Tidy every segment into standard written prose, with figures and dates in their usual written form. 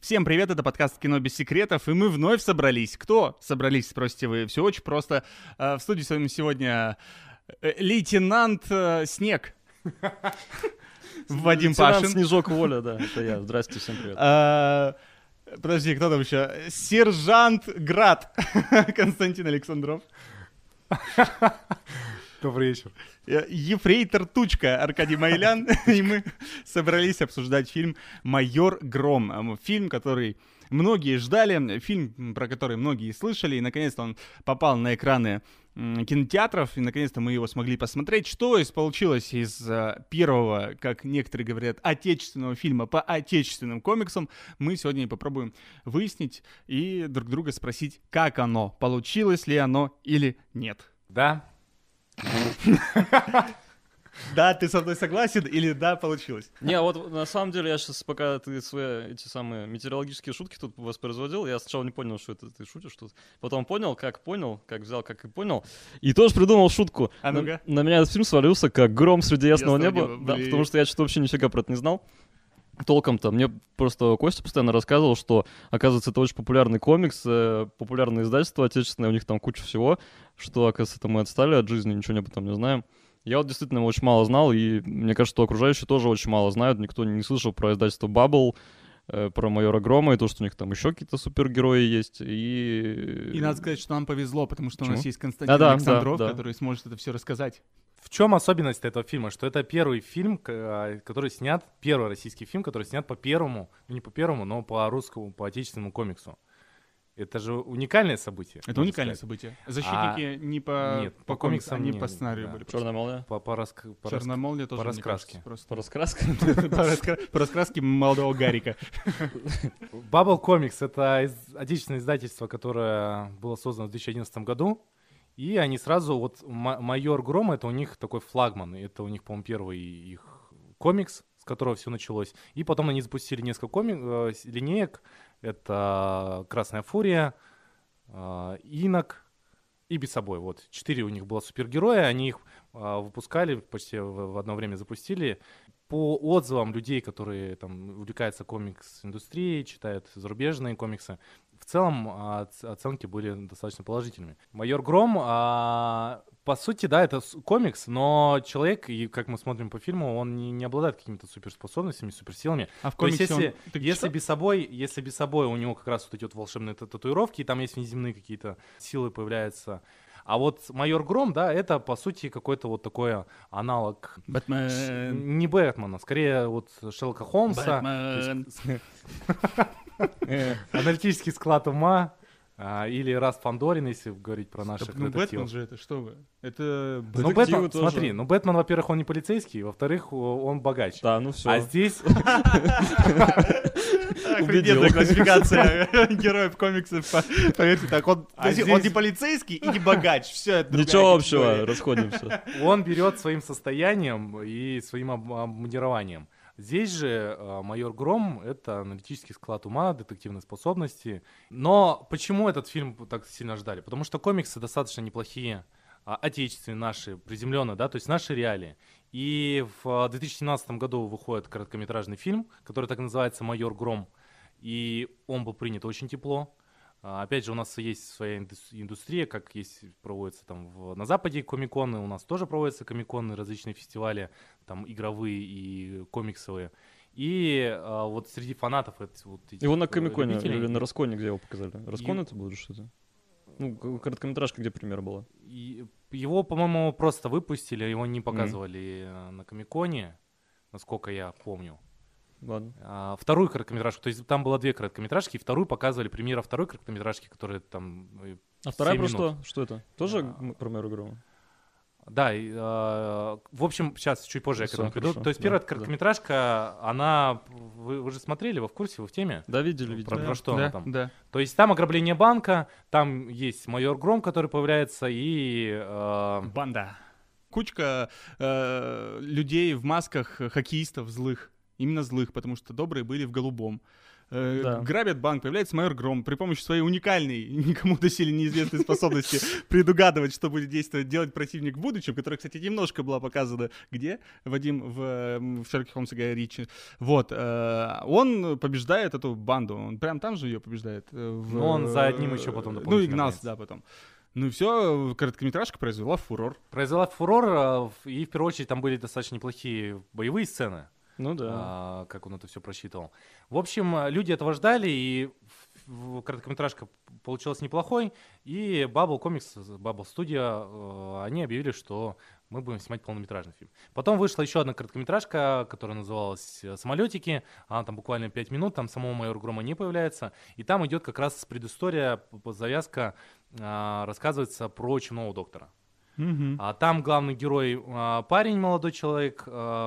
Всем привет, это подкаст «Кино без секретов», и мы вновь собрались. Кто собрались, спросите вы? Все очень просто. В студии с вами сегодня лейтенант Снег. Вадим Пашин. Лейтенант Снежок Воля, да, это я. Здрасте, всем привет. Подожди, кто там еще? Сержант Град Константин Александров. Добрый вечер. Ефрейтор Тучка Аркадий Майлян. И мы собрались обсуждать фильм «Майор Гром». Фильм, который многие ждали, фильм, про который многие слышали. И наконец-то он попал на экраны кинотеатров. И наконец-то мы его смогли посмотреть. Что получилось из первого, как некоторые говорят, отечественного фильма по отечественным комиксам, мы сегодня и попробуем выяснить и друг друга спросить, как оно, получилось ли оно или нет. Да? Да, ты со мной согласен или да, получилось? Не, вот на самом деле я сейчас, пока ты свои эти самые метеорологические шутки тут воспроизводил, я сначала не понял, что это ты шутишь тут. Потом понял, как взял, как и понял. И тоже придумал шутку. А ну-ка. На меня этот фильм свалился как гром среди ясного неба. Да, блин. потому что я что-то вообще нифига про это не знал. Толком-то. Мне просто Костя постоянно рассказывал, что, оказывается, это очень популярный комикс, популярное издательство отечественное, у них там куча всего, что, оказывается, мы отстали от жизни, ничего об этом не знаем. Я вот действительно очень мало знал, и мне кажется, что окружающие тоже очень мало знают. Никто не слышал про издательство Bubble, про Майора Грома, и то, что у них там еще какие-то супергерои есть. И надо сказать, что нам повезло, потому что Почему? у нас есть Константин Александров, который сможет это все рассказать. В чем особенность этого фильма? Что это первый фильм, который снят, первый российский фильм, который снят по первому, ну не по первому, но по русскому, по отечественному комиксу. Это же уникальное событие. Это уникальное событие. «Защитники» не по комиксам, они по сценарию были. «Черная молния». «Черная молния» тоже, по раскраске. По раскраске? По раскраске молодого Гарика. Bubble Comics — это отечественное издательство, которое было создано в 2011 году. И они сразу, вот «Майор Гром» — это у них такой флагман. Это у них, по-моему, первый их комикс, с которого все началось. И потом они запустили несколько линеек. Это «Красная фурия», «Инок» и «Бесобой». Вот 4 у них было супергероя. Они их выпускали, почти в одно время запустили. По отзывам людей, которые там увлекаются комикс-индустрией, читают зарубежные комиксы, в целом оценки были достаточно положительными. «Майор Гром», по сути, да, это комикс, но человек, и как мы смотрим по фильму, он не обладает какими-то суперспособностями, суперсилами. А в комиксе то есть, если Бесобой, у него как раз вот эти вот волшебные татуировки, и там есть внеземные какие-то силы появляются. А вот «Майор Гром», да, это, по сути, какой-то вот такой аналог... Бэтмен. Не Бэтмена, скорее вот Шерлока Холмса. Аналитический склад ума. Или Раст Фандорин, если говорить про наших детективов. Бэтмен же это, что вы? Это Ну, Бэтмен, смотри, Бэтмен, во-первых, он не полицейский, во-вторых, он богач. Да, ну все. А здесь... Охрененная классификация героев комиксов. Поверьте, так, он не полицейский и не богач. Все это ничего общего, расходимся. Он берет своим состоянием и своим обмундированием. Здесь же «Майор Гром» — это аналитический склад ума, детективные способности. Но почему этот фильм так сильно ждали? Потому что комиксы достаточно неплохие, отечественные наши, приземленные, да, то есть наши реалии. И в 2017 году выходит короткометражный фильм, который так и называется «Майор Гром», и он был принят очень тепло. Опять же, у нас есть своя индустрия, как есть, проводятся там на Западе комиконы, у нас тоже проводятся комиконы, различные фестивали, там игровые и комиксовые. И вот среди фанатов его на комиконе или на Росконе, где его показали? Роскон это было что-то? Ну, короткометражка, где премьера была? Его, по-моему, просто выпустили, его не показывали на комиконе, насколько я помню. Ладно. Вторую короткометражку, то есть там было 2 короткометражки, и вторую показывали, премьера второй короткометражки, которая там 7 А вторая про минут. что это? Тоже про Майора Грома? Да, в общем, сейчас чуть позже я к этому приду. Хорошо. То есть первая короткометражка, она, вы же смотрели, вы в курсе, вы в теме? Да, видели. Про что она там? Да. То есть там ограбление банка, там есть Майор Гром, который появляется, и... Банда. Кучка людей в масках хоккеистов злых. Именно злых, потому что добрые были в голубом. Да. грабят банк, появляется майор Гром при помощи своей уникальной, никому доселе неизвестной способности предугадывать, что будет действовать, делать противник в будущем, которая, кстати, немножко была показана где? Вадим, в Шерлоке Холмсе Гая Ричи. Вот. Он побеждает эту банду, он прям там же ее побеждает. Ну, он за одним еще потом Ну, дополнительно и гнался, гоняется. да, потом. Ну и все, короткометражка произвела фурор. Произвела фурор, и в первую очередь там были достаточно неплохие боевые сцены. Ну да. Как он это все просчитывал. В общем, люди этого ждали, и короткометражка получилась неплохой, и Bubble Comics, Bubble Studio, они объявили, что мы будем снимать полнометражный фильм. Потом вышла еще одна короткометражка, которая называлась «Самолетики», она там буквально 5 минут, там самого майора Грома не появляется, и там идет как раз предыстория, завязка, рассказывается про чумного доктора. Там главный герой парень, молодой человек,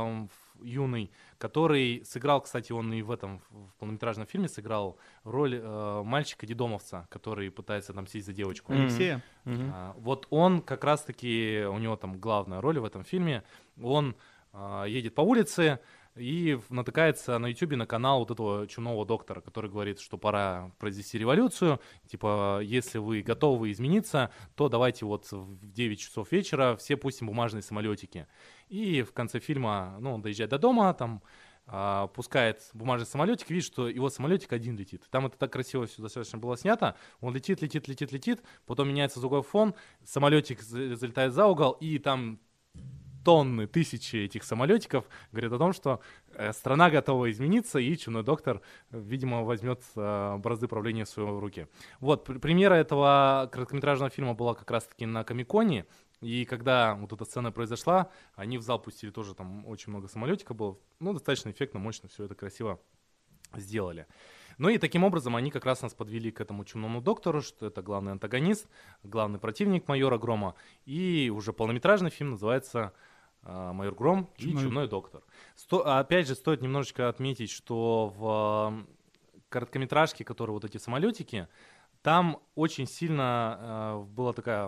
юный, который сыграл, кстати, он и в полнометражном фильме сыграл роль мальчика-дедомовца, который пытается отомстить за девочку. Алексея. Вот он как раз-таки, у него там главная роль в этом фильме, он едет по улице и натыкается на YouTube на канал вот этого чумного доктора, который говорит, что пора произвести революцию, типа, если вы готовы измениться, то давайте вот в 9 часов вечера все пустим бумажные самолетики. И в конце фильма, он доезжает до дома, там пускает бумажный самолетик, видит, что его самолетик один летит. Там это так красиво все достаточно было снято. Он летит, потом меняется звуковой фон, самолетик залетает за угол, и там тонны, тысячи этих самолетиков говорят о том, что страна готова измениться, и чумной доктор, видимо, возьмет бразды правления в свои руки. Вот, премьера этого короткометражного фильма была как раз-таки на Комик-коне, и когда вот эта сцена произошла, они в зал пустили тоже, там очень много самолетиков было, достаточно эффектно, мощно, все это красиво сделали. Ну и таким образом они как раз нас подвели к этому чумному доктору, что это главный антагонист, главный противник майора Грома, и уже полнометражный фильм называется «Майор Гром и чумной доктор». Опять же, стоит немножечко отметить, что в короткометражке, которые вот эти самолетики, там очень сильно была такая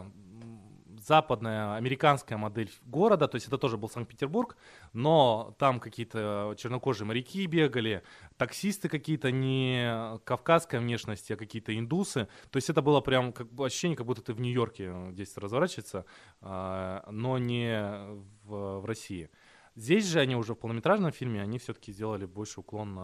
западная американская модель города, то есть это тоже был Санкт-Петербург, но там какие-то чернокожие моряки бегали, таксисты какие-то не кавказской внешности, а какие-то индусы. То есть это было прям ощущение, как будто ты в Нью-Йорке здесь разворачивается, но не в России. Здесь же они уже в полнометражном фильме, они все-таки сделали больше уклон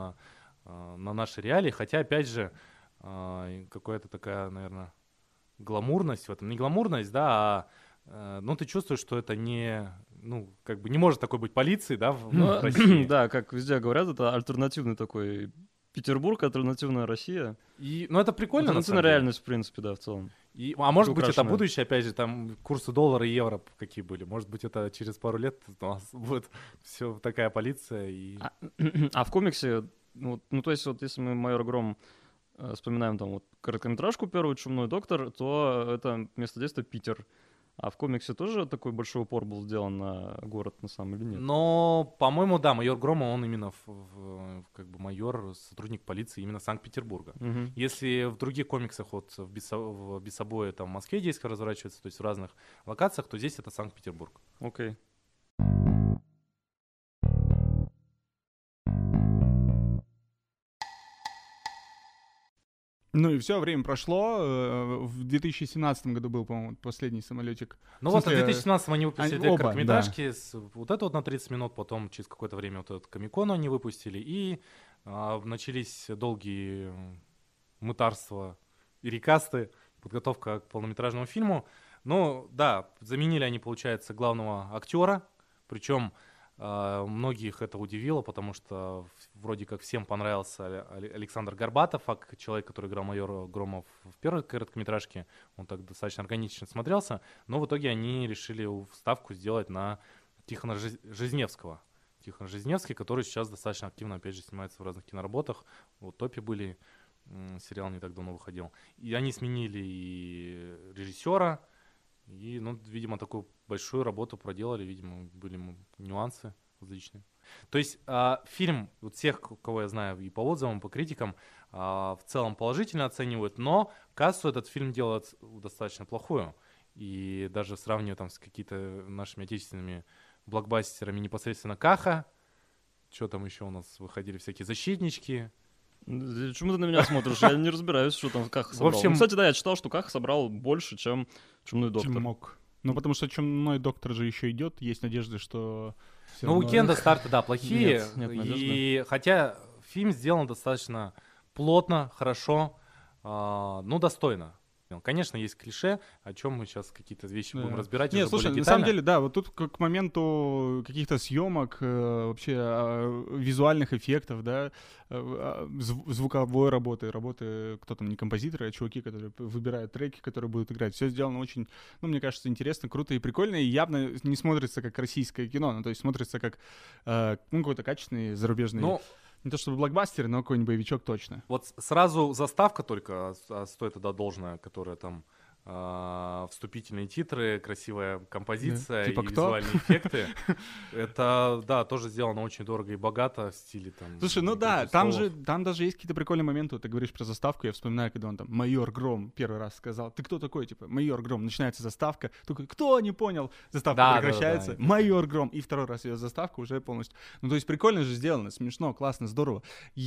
на наши реалии, хотя, опять же, какая-то такая, наверное, гламурность в этом. Не гламурность, да, ты чувствуешь, что это не может такой быть полиции, да, в России. Да, как везде говорят, это альтернативный такой Петербург, альтернативная Россия. Это прикольно, на самом Альтернативная деле. реальность, в принципе, да, в целом. Может быть, это украшенная. будущее, опять же, там курсы доллара и евро какие были. Может быть, это через пару лет у нас будет все такая полиция. А в комиксе, то есть вот если мы «Майор Гром» вспоминаем там вот короткометражку первую «Чумной доктор», то это место действия Питер. А в комиксе тоже такой большой упор был сделан на город, на самом деле, или нет? Но, по-моему, да, майор Грома, он именно как бы майор, сотрудник полиции именно Санкт-Петербурга. Если в других комиксах, вот в Бесобое, там в Москве действие разворачивается, то есть в разных локациях, то здесь это Санкт-Петербург. Окей. Ну и все, время прошло. В 2017 году был, по-моему, последний самолетик. Ну вот в 2017 они выпустили две оба, короткометражки. Вот это вот на 30 минут, потом через какое-то время вот этот Комик-кон они выпустили. И начались долгие мытарства и рекасты, подготовка к полнометражному фильму. Ну да, заменили они, получается, главного актера. Причем многих это удивило, потому что вроде как всем понравился Александр Горбатов, как человек, который играл майора Грома в первой короткометражке. Он так достаточно органично смотрелся. Но в итоге они решили ставку сделать на Тихона Жизневского. Тихон Жизневский, который сейчас достаточно активно, опять же, снимается в разных киноработах. Вот «Топи» были, сериал не так давно выходил. И они сменили и режиссера, и, видимо, такую большую работу проделали, видимо, были нюансы различные. То есть фильм, вот всех, кого я знаю и по отзывам, по критикам, в целом положительно оценивают, но кассу этот фильм делает достаточно плохую. И даже сравнивая там с какими-то нашими отечественными блокбастерами непосредственно Каха, что там еще у нас выходили, всякие «Защитнички», Почему ты на меня смотришь? Я не разбираюсь, что там Каха собрал. общем- Кстати, да, я читал, что Каха собрал больше, чем «Чумной доктор». Чем мог. Ну, потому что «Чумной доктор» же еще идет, есть надежда, что... всё Ну, равно- уикенда старты, да, плохие. Нет И хотя фильм сделан достаточно плотно, хорошо, ну, достойно. Конечно, есть клише, о чем мы сейчас какие-то вещи будем Да. разбирать Не, уже слушай, более на самом детально. деле, да, вот тут к моменту каких-то съемок, вообще визуальных эффектов, да, звуковой работы, кто там, не композиторы, а чуваки, которые выбирают треки, которые будут играть. Все сделано очень, ну, мне кажется, интересно, круто и прикольно, и явно не смотрится как российское кино, ну, то есть смотрится как, ну, какой-то качественный зарубежный, Ну, не то чтобы блокбастер, но какой-нибудь боевичок точно. вот сразу заставка только, стоит тогда должное, которая там вступительные титры, красивая композиция Типа и кто? визуальные эффекты. Это, да, тоже сделано очень дорого и богато в стиле там... Слушай, ну «Игры да, престолов». там даже есть какие-то прикольные моменты. Вот ты говоришь про заставку, я вспоминаю, когда он там «Майор Гром» первый раз сказал. Ты кто такой? Типа «Майор Гром». Начинается заставка. Такой, кто не понял? Заставка Да, прекращается. да. «Майор Гром». И второй раз ее заставка уже полностью. Ну то есть прикольно же сделано, смешно, классно, здорово.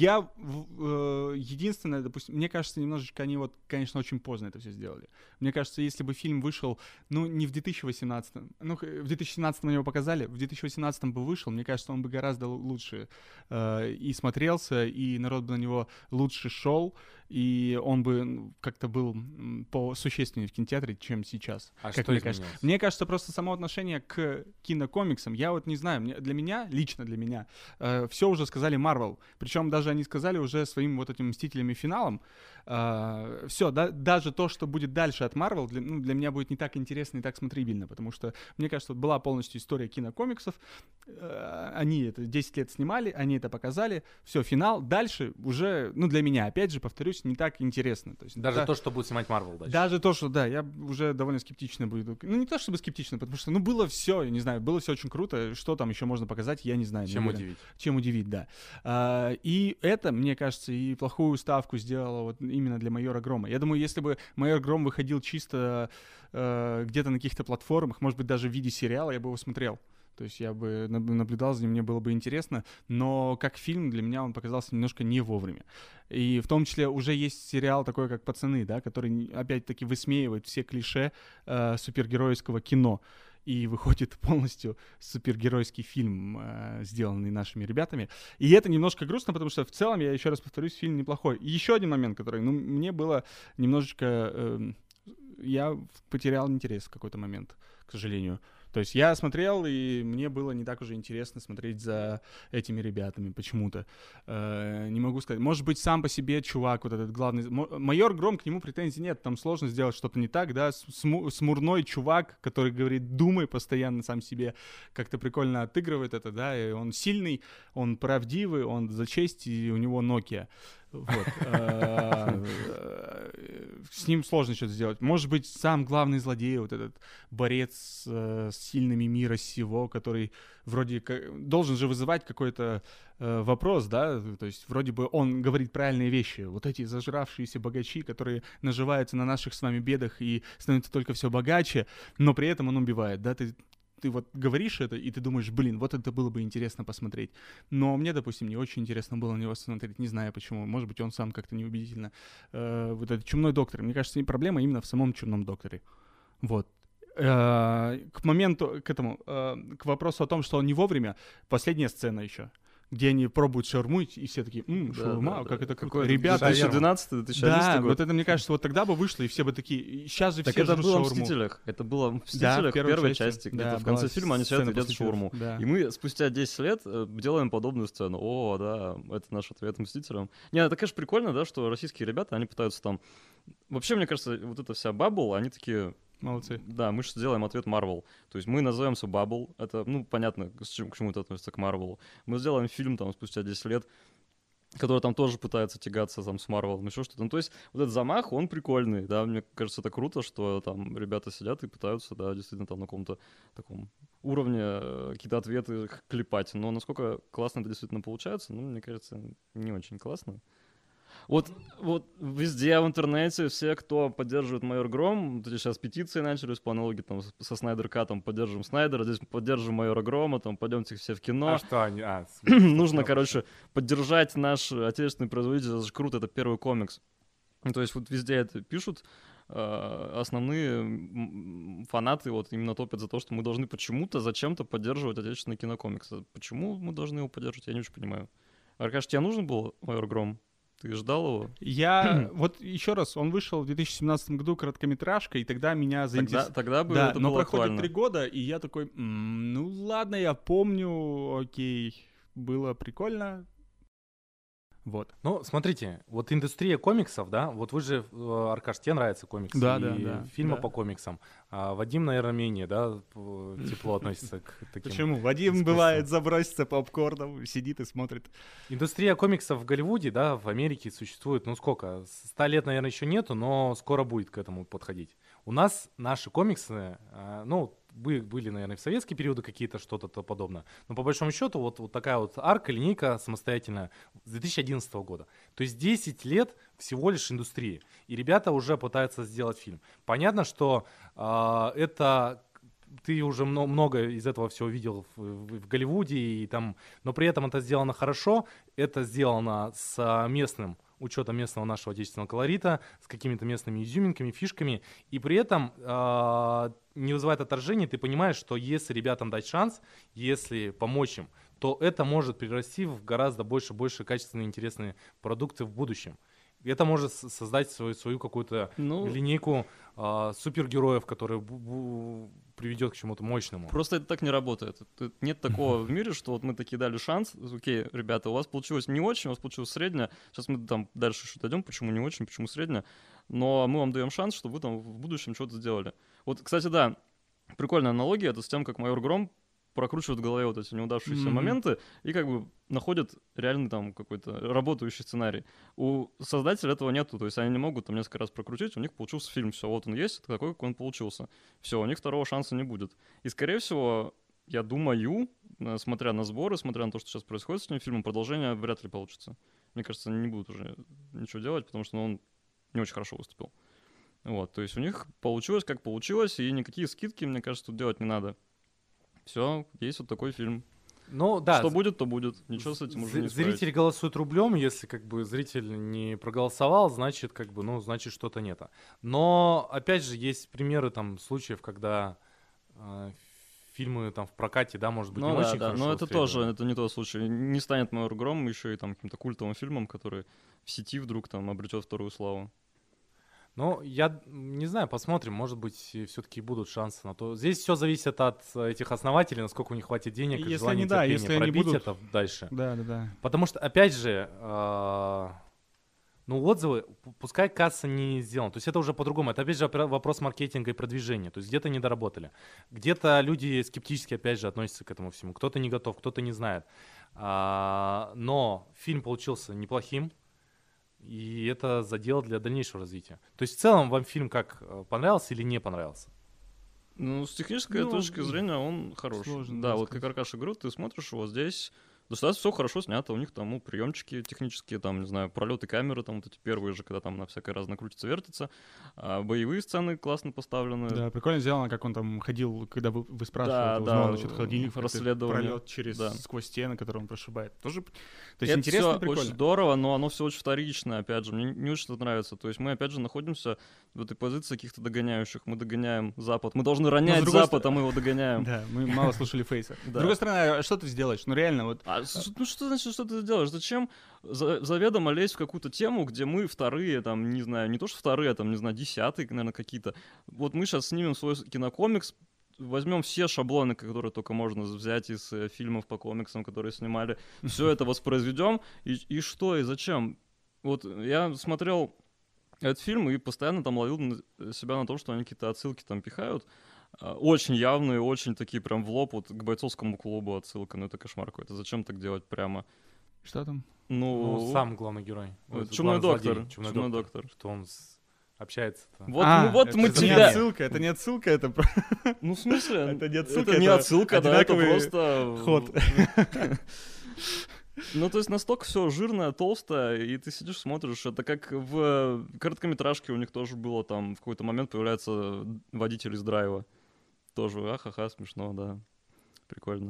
Единственное, допустим, мне кажется, немножечко они вот, конечно, очень поздно это все сделали. Мне кажется, если бы фильм вышел, ну, не в 2018, ну, в 2017 его показали, в 2018 бы вышел, мне кажется, он бы гораздо лучше и смотрелся, и народ бы на него лучше шел, и он бы как-то был посущественнее в кинотеатре, чем сейчас. А как что мне изменилось? кажется. Мне кажется, просто само отношение к кинокомиксам, я вот не знаю, для меня, лично для меня, все уже сказали Marvel. Причем даже они сказали уже своим вот этим «Мстителям» и финалом, все, даже то, что будет дальше от Marvel, для меня будет не так интересно и так смотрибельно, потому что, мне кажется, вот была полностью история кинокомиксов, они это 10 лет снимали, они это показали, все, финал, дальше уже, ну, для меня, опять же, повторюсь, не так интересно. То есть, Даже то, что будет снимать Marvel дальше. Даже то, что, да, я уже довольно скептично буду. Ну, не то чтобы скептично, потому что, ну, было все, я не знаю, было все очень круто. Что там еще можно показать, я не знаю. Чем не уверен. удивить? Чем удивить, да. И это, мне кажется, и плохую ставку сделало вот именно для «Майора Грома». Я думаю, если бы «Майор Гром» выходил чисто где-то на каких-то платформах, может быть, даже в виде сериала, я бы его смотрел. То есть я бы наблюдал за ним, мне было бы интересно, но как фильм для меня он показался немножко не вовремя. И в том числе уже есть сериал такой, как «Пацаны», да, который опять-таки высмеивает все клише супергеройского кино. И выходит полностью супергеройский фильм, сделанный нашими ребятами. И это немножко грустно, потому что в целом, я еще раз повторюсь, фильм неплохой. И еще один момент, который, ну, мне было немножечко... я потерял интерес в какой-то момент, к сожалению. То есть я смотрел, и мне было не так уже интересно смотреть за этими ребятами почему-то. Не могу сказать. Может быть, сам по себе чувак, вот этот главный... «Майор Гром», к нему претензий нет. Там сложно сделать что-то не так, да. Смурной чувак, который говорит «думай» постоянно сам себе, как-то прикольно отыгрывает это, да. И он сильный, он правдивый, он за честь, и у него Nokia. Вот. С ним сложно что-то сделать. Может быть, сам главный злодей, вот этот борец с сильными мира сего, который вроде как должен же вызывать какой-то вопрос, да, то есть вроде бы он говорит правильные вещи. Вот эти зажравшиеся богачи, которые наживаются на наших с вами бедах и становятся только все богаче, но при этом он убивает, да, ты вот говоришь это, и ты думаешь, блин, вот это было бы интересно посмотреть. Но мне, допустим, не очень интересно было на него смотреть, не знаю почему. Может быть, он сам как-то неубедительно. Вот этот «Чумной доктор». Мне кажется, проблема именно в самом «Чумном докторе». Вот. К моменту, к вопросу о том, что он не вовремя, последняя сцена еще, где они пробуют шаурму, и все такие, шаурма, как это круто. Какой Ребята, 2012-2011 да, год. вот это, мне кажется, вот тогда бы вышло, и все бы такие, сейчас же Так все это жрут было в шаурму. «Мстителях». Это было в Да, «Мстителях» в в первой части. да, Где-то в конце была фильма они сцена сидят и едят после шаурму. титров, да. И мы спустя 10 лет делаем подобную сцену. О, да, это наш ответ «Мстителям». Не, это, конечно, прикольно, да, что российские ребята, они пытаются там... Вообще, мне кажется, вот эта вся бабл, они такие... Молодцы. Да, мы же сделаем ответ Marvel. То есть мы назовемся Bubble. Это, ну, понятно, к чему это относится к Marvel. Мы сделаем фильм там спустя 10 лет, который там тоже пытается тягаться там с Marvel, еще что-то. Ну, то есть вот этот замах, он прикольный, да, мне кажется, это круто, что там ребята сидят и пытаются, да, действительно там на каком-то таком уровне какие-то ответы клепать. Но насколько классно это действительно получается, ну, мне кажется, не очень классно. Вот везде в интернете все, кто поддерживает Майор Гром, вот эти сейчас петиции начались по аналогии там со Снайдер Катом, поддержим Снайдера, здесь поддержим Майора Грома, там пойдемте все в кино. А что они? Нужно, короче, поддержать наш отечественный производитель, это же круто, это первый комикс. То есть вот везде это пишут, основные фанаты вот именно топят за то, что мы должны почему-то, зачем-то поддерживать отечественный кинокомикс. Почему мы должны его поддерживать, я не очень понимаю. Аркаш, тебе нужен был Майор Гром? Ты ждал его? Я, вот еще раз, он вышел в 2017 году, короткометражка, и тогда меня заинтересовало. Тогда бы да, это но было проходит актуально. 3 года, и я такой, ну ладно, я помню, окей, было прикольно. Вот. Ну, смотрите, вот индустрия комиксов, да, вот вы же, Аркаш, тебе нравятся комиксы Да, и да, фильмы да. по комиксам. А Вадим, наверное, менее, да, тепло относится к таким. Почему? Вадим искусству. бывает забросится попкорном, сидит и смотрит. Индустрия комиксов в Голливуде, да, в Америке существует, ну сколько, 100 лет, наверное, еще нету, но скоро будет к этому подходить. У нас наши комиксы, ну, были, наверное, в советские периоды какие-то, что-то подобное. Но по большому счету вот такая вот арка, линейка самостоятельная с 2011 года. То есть 10 лет всего лишь индустрии. И ребята уже пытаются сделать фильм. Понятно, что это... Ты уже много из этого всего видел в Голливуде, и там, но при этом это сделано хорошо, это сделано с местным учетом местного нашего отечественного колорита, с какими-то местными изюминками, фишками, и при этом не вызывает отторжения, ты понимаешь, что если ребятам дать шанс, если помочь им, то это может перерасти в гораздо больше качественные, интересные продукты в будущем. Это может создать свою какую-то линейку супергероев, которые приведет к чему-то мощному. Просто это так не работает. Нет такого в мире, что вот мы такие дали шанс. Окей, ребята, у вас получилось не очень, у вас получилось среднее. Сейчас мы там дальше еще дойдем, почему не очень, почему среднее. Но мы вам даем шанс, чтобы вы там в будущем что-то сделали. Вот, кстати, да, прикольная аналогия. Это с тем, как Майор Гром прокручивает в голове вот эти неудавшиеся моменты и как бы находит реальный там какой-то работающий сценарий. У создателя этого нету, то есть они не могут там несколько раз прокрутить, у них получился фильм, все, вот он есть, такой, как он получился. Все, у них второго шанса не будет. И, скорее всего, я думаю, смотря на сборы, смотря на то, что сейчас происходит с этим фильмом, продолжение вряд ли получится. Мне кажется, они не будут уже ничего делать, потому что он не очень хорошо выступил. Вот, то есть у них получилось, как получилось, и никакие скидки, мне кажется, тут делать не надо. Все, есть вот такой фильм. Ну, да. Что будет, то будет. Ничего с этим уже не исправить. Зритель голосует рублем, если как бы зритель не проголосовал, значит, как бы, ну, значит, что-то нет. Но, опять же, есть примеры там случаев, когда фильмы там в прокате, да, может быть, не очень хорошо. Но это тоже, это не тот случай. Не станет Майор Гром еще и там каким-то культовым фильмом, который в сети вдруг там обретет вторую славу. Ну, я не знаю, посмотрим, может быть, все-таки будут шансы на то. Здесь все зависит от этих основателей, насколько у них хватит денег, и желания, терпения если пробить они будут... это дальше. Да. Потому что, опять же, ну, отзывы, пускай касса не сделана. То есть это уже по-другому. Это, опять же, вопрос маркетинга и продвижения. То есть где-то не доработали. Где-то люди скептически, опять же, относятся к этому всему. Кто-то не готов, кто-то не знает. Но фильм получился неплохим. И это задел для дальнейшего развития. То есть в целом вам фильм как понравился или не понравился? Ну, с технической точки зрения он хорош. Сложно, да, вот сказать. как Аркаша говорит, ты смотришь его здесь, достаточно все хорошо снято, у них там приемчики технические, там, не знаю, пролеты камеры, там вот эти первые же, когда там на всякое разное крутится, вертится, боевые сцены классно поставлены. Да, прикольно сделано, как он там ходил, когда вы спрашивали, узнал насчет холодильника, расследование. пролет сквозь стены, который он прошибает. Тоже, то есть это интересно, все прикольно. очень здорово, но оно все очень вторичное, опять же, мне не очень это нравится. То есть мы, опять же, находимся в этой позиции каких-то догоняющих, мы догоняем Запад, мы должны ронять Запад, а мы его догоняем. Да, мы мало слушали Фейса. С другой стороны, что ты сделаешь? Ну реально, вот... Ну что значит, что ты делаешь? Зачем заведомо лезть в какую-то тему, где мы вторые, там, не знаю, не то что вторые, а там, не знаю, десятые, наверное, какие-то. Вот мы сейчас снимем свой кинокомикс, возьмем все шаблоны, которые только можно взять из фильмов по комиксам, которые снимали, все это воспроизведем, и что, и зачем? Вот я смотрел этот фильм и постоянно там ловил себя на том, что они какие-то отсылки там пихают, очень явные, очень такие прям в лоб, вот к бойцовскому клубу отсылка, ну это кошмар какой-то, зачем так делать прямо? Что там? Ну, сам главный герой. Чумной доктор. Чумной доктор. Что он общается. Вот мы тебя... Это не отсылка, это... Ну, в смысле? Это не отсылка, это не отсылка, да, это просто... ход. Ну, то есть настолько все жирное, толстое, и ты сидишь, смотришь. Это как в короткометражке у них тоже было, там в какой-то момент появляется водитель из драйва. Тоже, ахаха, смешно, да. Прикольно.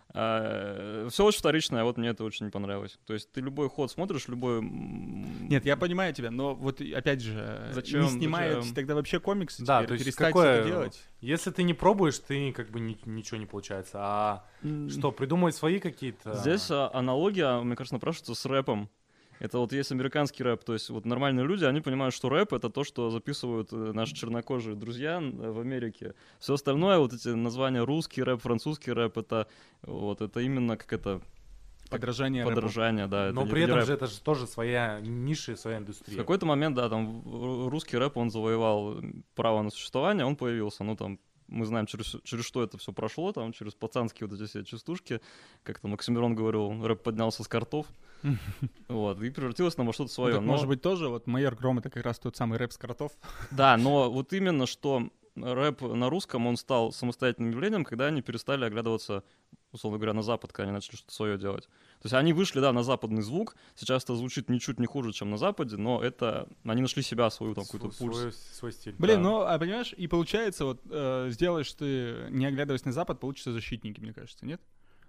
Все очень вторичное, а вот мне это очень не понравилось. То есть ты любой ход смотришь, любой... Нет, я понимаю тебя, но вот опять же, Зачем? не снимают тогда вообще комиксы Да, теперь, то есть перестать какое... это делать. Если ты не пробуешь, ты как бы ничего не получается. А что, придумать свои какие-то... Здесь аналогия, мне кажется, напрашивается с рэпом. Это вот есть американский рэп, то есть вот нормальные люди, они понимают, что рэп — это то, что записывают наши чернокожие друзья в Америке. Все остальное, вот эти названия русский рэп, французский рэп, это именно как это... Подражание рэпу. Подражание, да. Но это при не этом рэп. же это же тоже своя ниша и своя В индустрия. какой-то момент, да, там русский рэп, он завоевал право на существование, он появился, ну там мы знаем, через что это все прошло, там, через пацанские вот эти все частушки, как там Оксимирон говорил, рэп поднялся с картов, вот, и превратилось во что-то свое. Так, может быть, тоже вот «Майор Гром» — это как раз тот самый рэп с картов? Да, но вот именно, что рэп на русском, он стал самостоятельным явлением, когда они перестали оглядываться, условно говоря, на Запад, когда они начали что-то свое делать. То есть они вышли, да, на западный звук, сейчас это звучит ничуть не хуже, чем на Западе, но это, они нашли себя, свою там какую-то пульс. Свой стиль. Блин, да. ну, а понимаешь, и получается, вот, сделаешь ты, не оглядываясь на Запад, получится «Защитники», мне кажется, нет?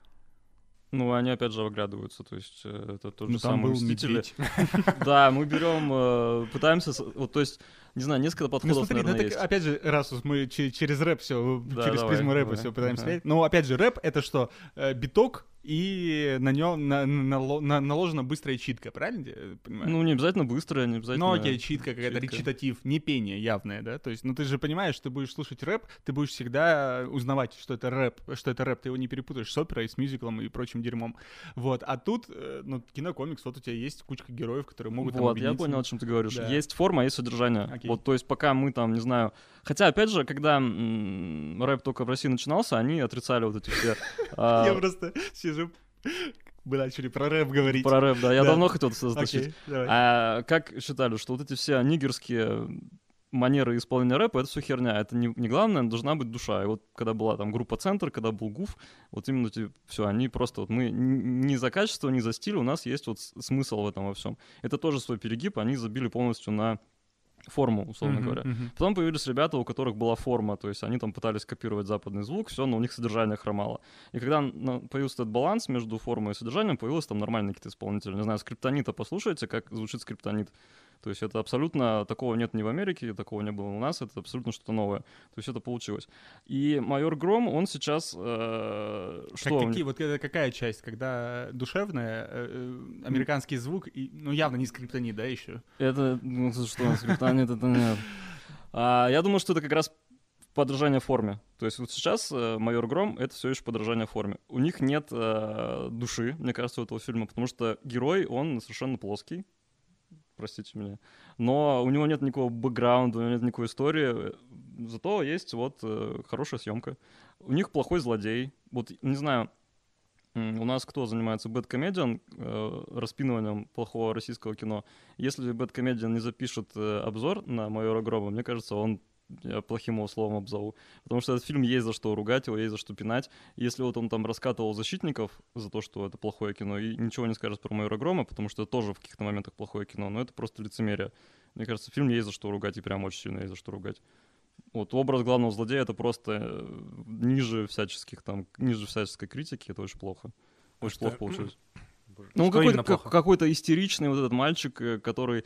Ну, они опять же оглядываются, то есть это тот же Ну, там самый был «Мстители». медведь. Да, мы берем, пытаемся, вот, то есть, не знаю, несколько Ну подходов, смотри, наверное, так, есть. опять же, раз уж мы через рэп все, Да, через давай, призму рэпа давай. все пытаемся Ага. смотреть. Но опять же, рэп — это что? Биток, и на нем наложена быстрая читка, правильно я понимаю? Ну, не обязательно быстрое, не обязательно... Ну окей, читка какая-то, читка. речитатив, не пение явное, да? То есть, ну ты же понимаешь, ты будешь слушать рэп, ты будешь всегда узнавать, что это рэп, ты его не перепутаешь с оперой, с мюзиклом и прочим дерьмом. Вот, а тут, ну, кинокомикс, вот у тебя есть кучка героев, которые могут там Вот, я объединиться. понял, о чем ты говоришь. Да. Есть форма, есть содержание. Окей. Вот, то есть пока мы там, не знаю... Хотя, опять же, когда рэп только в России начинался, они отрицали вот эти все... Я просто сижу, мы начали про рэп говорить. Про рэп, да. Я Да. давно хотел это затащить. Окей, давай. Как считали, что вот эти все нигерские манеры исполнения рэпа — это все херня. Это не главное, должна быть душа. И вот когда была там группа «Центр», когда был ГУФ, вот именно эти все, они просто вот мы не за качество, не за стиль, у нас есть вот смысл в этом во всем. Это тоже свой перегиб, они забили полностью на форму, условно говоря. Потом появились ребята, у которых была форма, то есть они там пытались копировать западный звук, все, но у них содержание хромало. И когда появился этот баланс между формой и содержанием, появились там нормальные какие-то исполнители. Не знаю, Скриптонита послушайте, как звучит Скриптонит. То есть это абсолютно, такого нет ни в Америке, такого не было у нас, это абсолютно что-то новое. То есть это получилось. И «Майор Гром», он сейчас... Вот это какая часть, когда душевная, американский звук, и, ну явно не скриптонит, да, еще? Это, ну что, Скриптонит, это нет. Я думаю, что это как раз подражание форме. То есть вот сейчас «Майор Гром» — это все еще подражание форме. У них нет души, мне кажется, у этого фильма, потому что герой, он совершенно плоский. Простите меня. Но у него нет никакого бэкграунда, у него нет никакой истории. Зато есть вот хорошая съемка. У них плохой злодей. Вот, не знаю, у нас кто занимается бэдкомедиан, распиныванием плохого российского кино. Если бэдкомедиан не запишет обзор на «Майора Грома», мне кажется, я плохим его словом обзову. Потому что этот фильм есть за что ругать его, есть за что пинать. Если вот он там раскатывал «Защитников» за то, что это плохое кино, и ничего не скажет про «Майора Грома», потому что это тоже в каких-то моментах плохое кино, но это просто лицемерие. Мне кажется, фильм есть за что ругать, и прям очень сильно есть за что ругать. Вот образ главного злодея — это просто ниже всяческой критики, это очень плохо. Очень плохо получилось. Ну, он какой-то истеричный вот этот мальчик, который...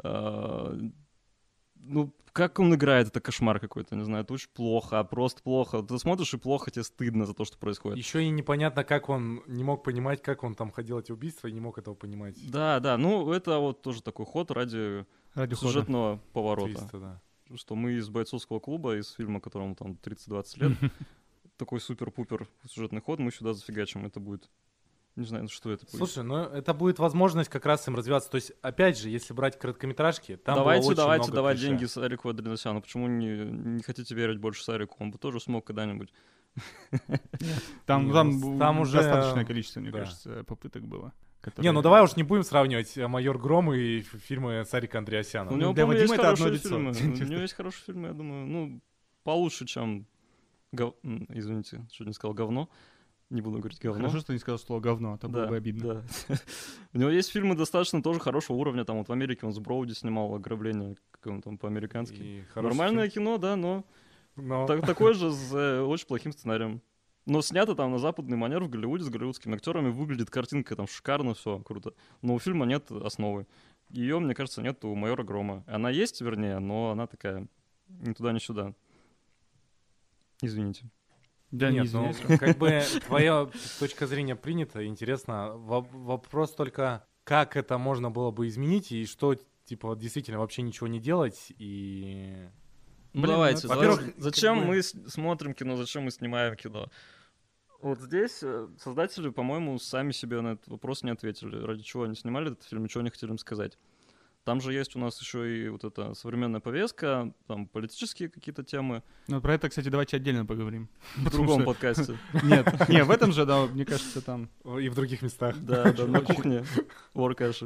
Ну, как он играет, это кошмар какой-то, не знаю, это очень плохо, просто плохо. Ты смотришь, и плохо, тебе стыдно за то, что происходит. Еще и непонятно, как он не мог понимать, как он там ходил эти убийства, и не мог этого понимать. Да, ну это вот тоже такой ход ради сюжетного поворота. Твиста, да. Что мы из бойцовского клуба, из фильма, которому там 30-20 лет, такой супер-пупер сюжетный ход, мы сюда зафигачим, это будет... Не знаю, что это будет. Слушай, ну это будет возможность как раз им развиваться. То есть, опять же, если брать короткометражки, там было очень давайте много давать клише. деньги Сарику Андреасяну. Почему не хотите верить больше Сарику? Он бы тоже смог когда-нибудь. Там уже достаточное количество, мне да. кажется, попыток было. Не, ну давай уж не будем сравнивать «Майор Гром» и фильмы Сарика Андреасяна. У него, для по-моему, есть Вадима это одно хорошие лицо. фильмы. У него есть хорошие фильмы, я думаю, ну, получше, чем... Извините, что не сказал говно. Не буду говорить говно. Хорошо, что ты не сказал слово говно, а то было бы обидно. Да. У него есть фильмы достаточно тоже хорошего уровня. Там вот в Америке он с Броуди снимал «Ограбление», как он там по-американски. И хороший Нормальное фильм. кино, да, но Но такое же с очень плохим сценарием. Но снято там на западный манер в Голливуде с голливудскими актерами. Выглядит картинка там шикарно, все круто. Но у фильма нет основы. Ее, мне кажется, нет у «Майора Грома». Она есть, вернее, но она такая ни туда, ни сюда. Извините. Да, не нет, ну, извиняйся. как бы твоя точка зрения принята, интересно. Вопрос только, как это можно было бы изменить, и что, типа, вот действительно вообще ничего не делать, и... Ну, Блин, давайте. ну, во-первых, зачем как бы- мы смотрим кино, зачем мы снимаем кино? Вот здесь создатели, по-моему, сами себе на этот вопрос не ответили. Ради чего они снимали этот фильм, и чего они хотели им сказать. Там же есть у нас еще и вот эта современная повестка, там политические какие-то темы Ну, про это, кстати, давайте отдельно поговорим. в другом подкасте. Нет, не, в этом же, да, мне кажется, там... И в других местах. Да, на кухне. Воркаши.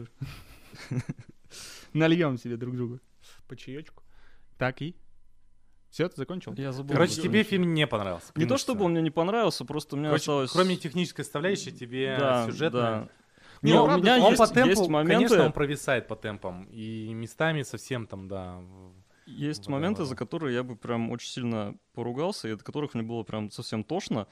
Нальем себе друг другу по чаечку. Так, и? Все, ты закончил? Я забыл. Короче, что тебе еще. фильм не понравился. Не то клянусь. чтобы он мне не понравился, просто у меня Короче, осталось... кроме технической составляющей, тебе Да, сюжетная... да. Не, Но ну, у правда, меня Он есть, по темпу, есть моменты, конечно, он провисает по темпам. И местами совсем там, да. есть Да, моменты, да. за которые я бы прям очень сильно поругался, и от которых мне было прям совсем тошно.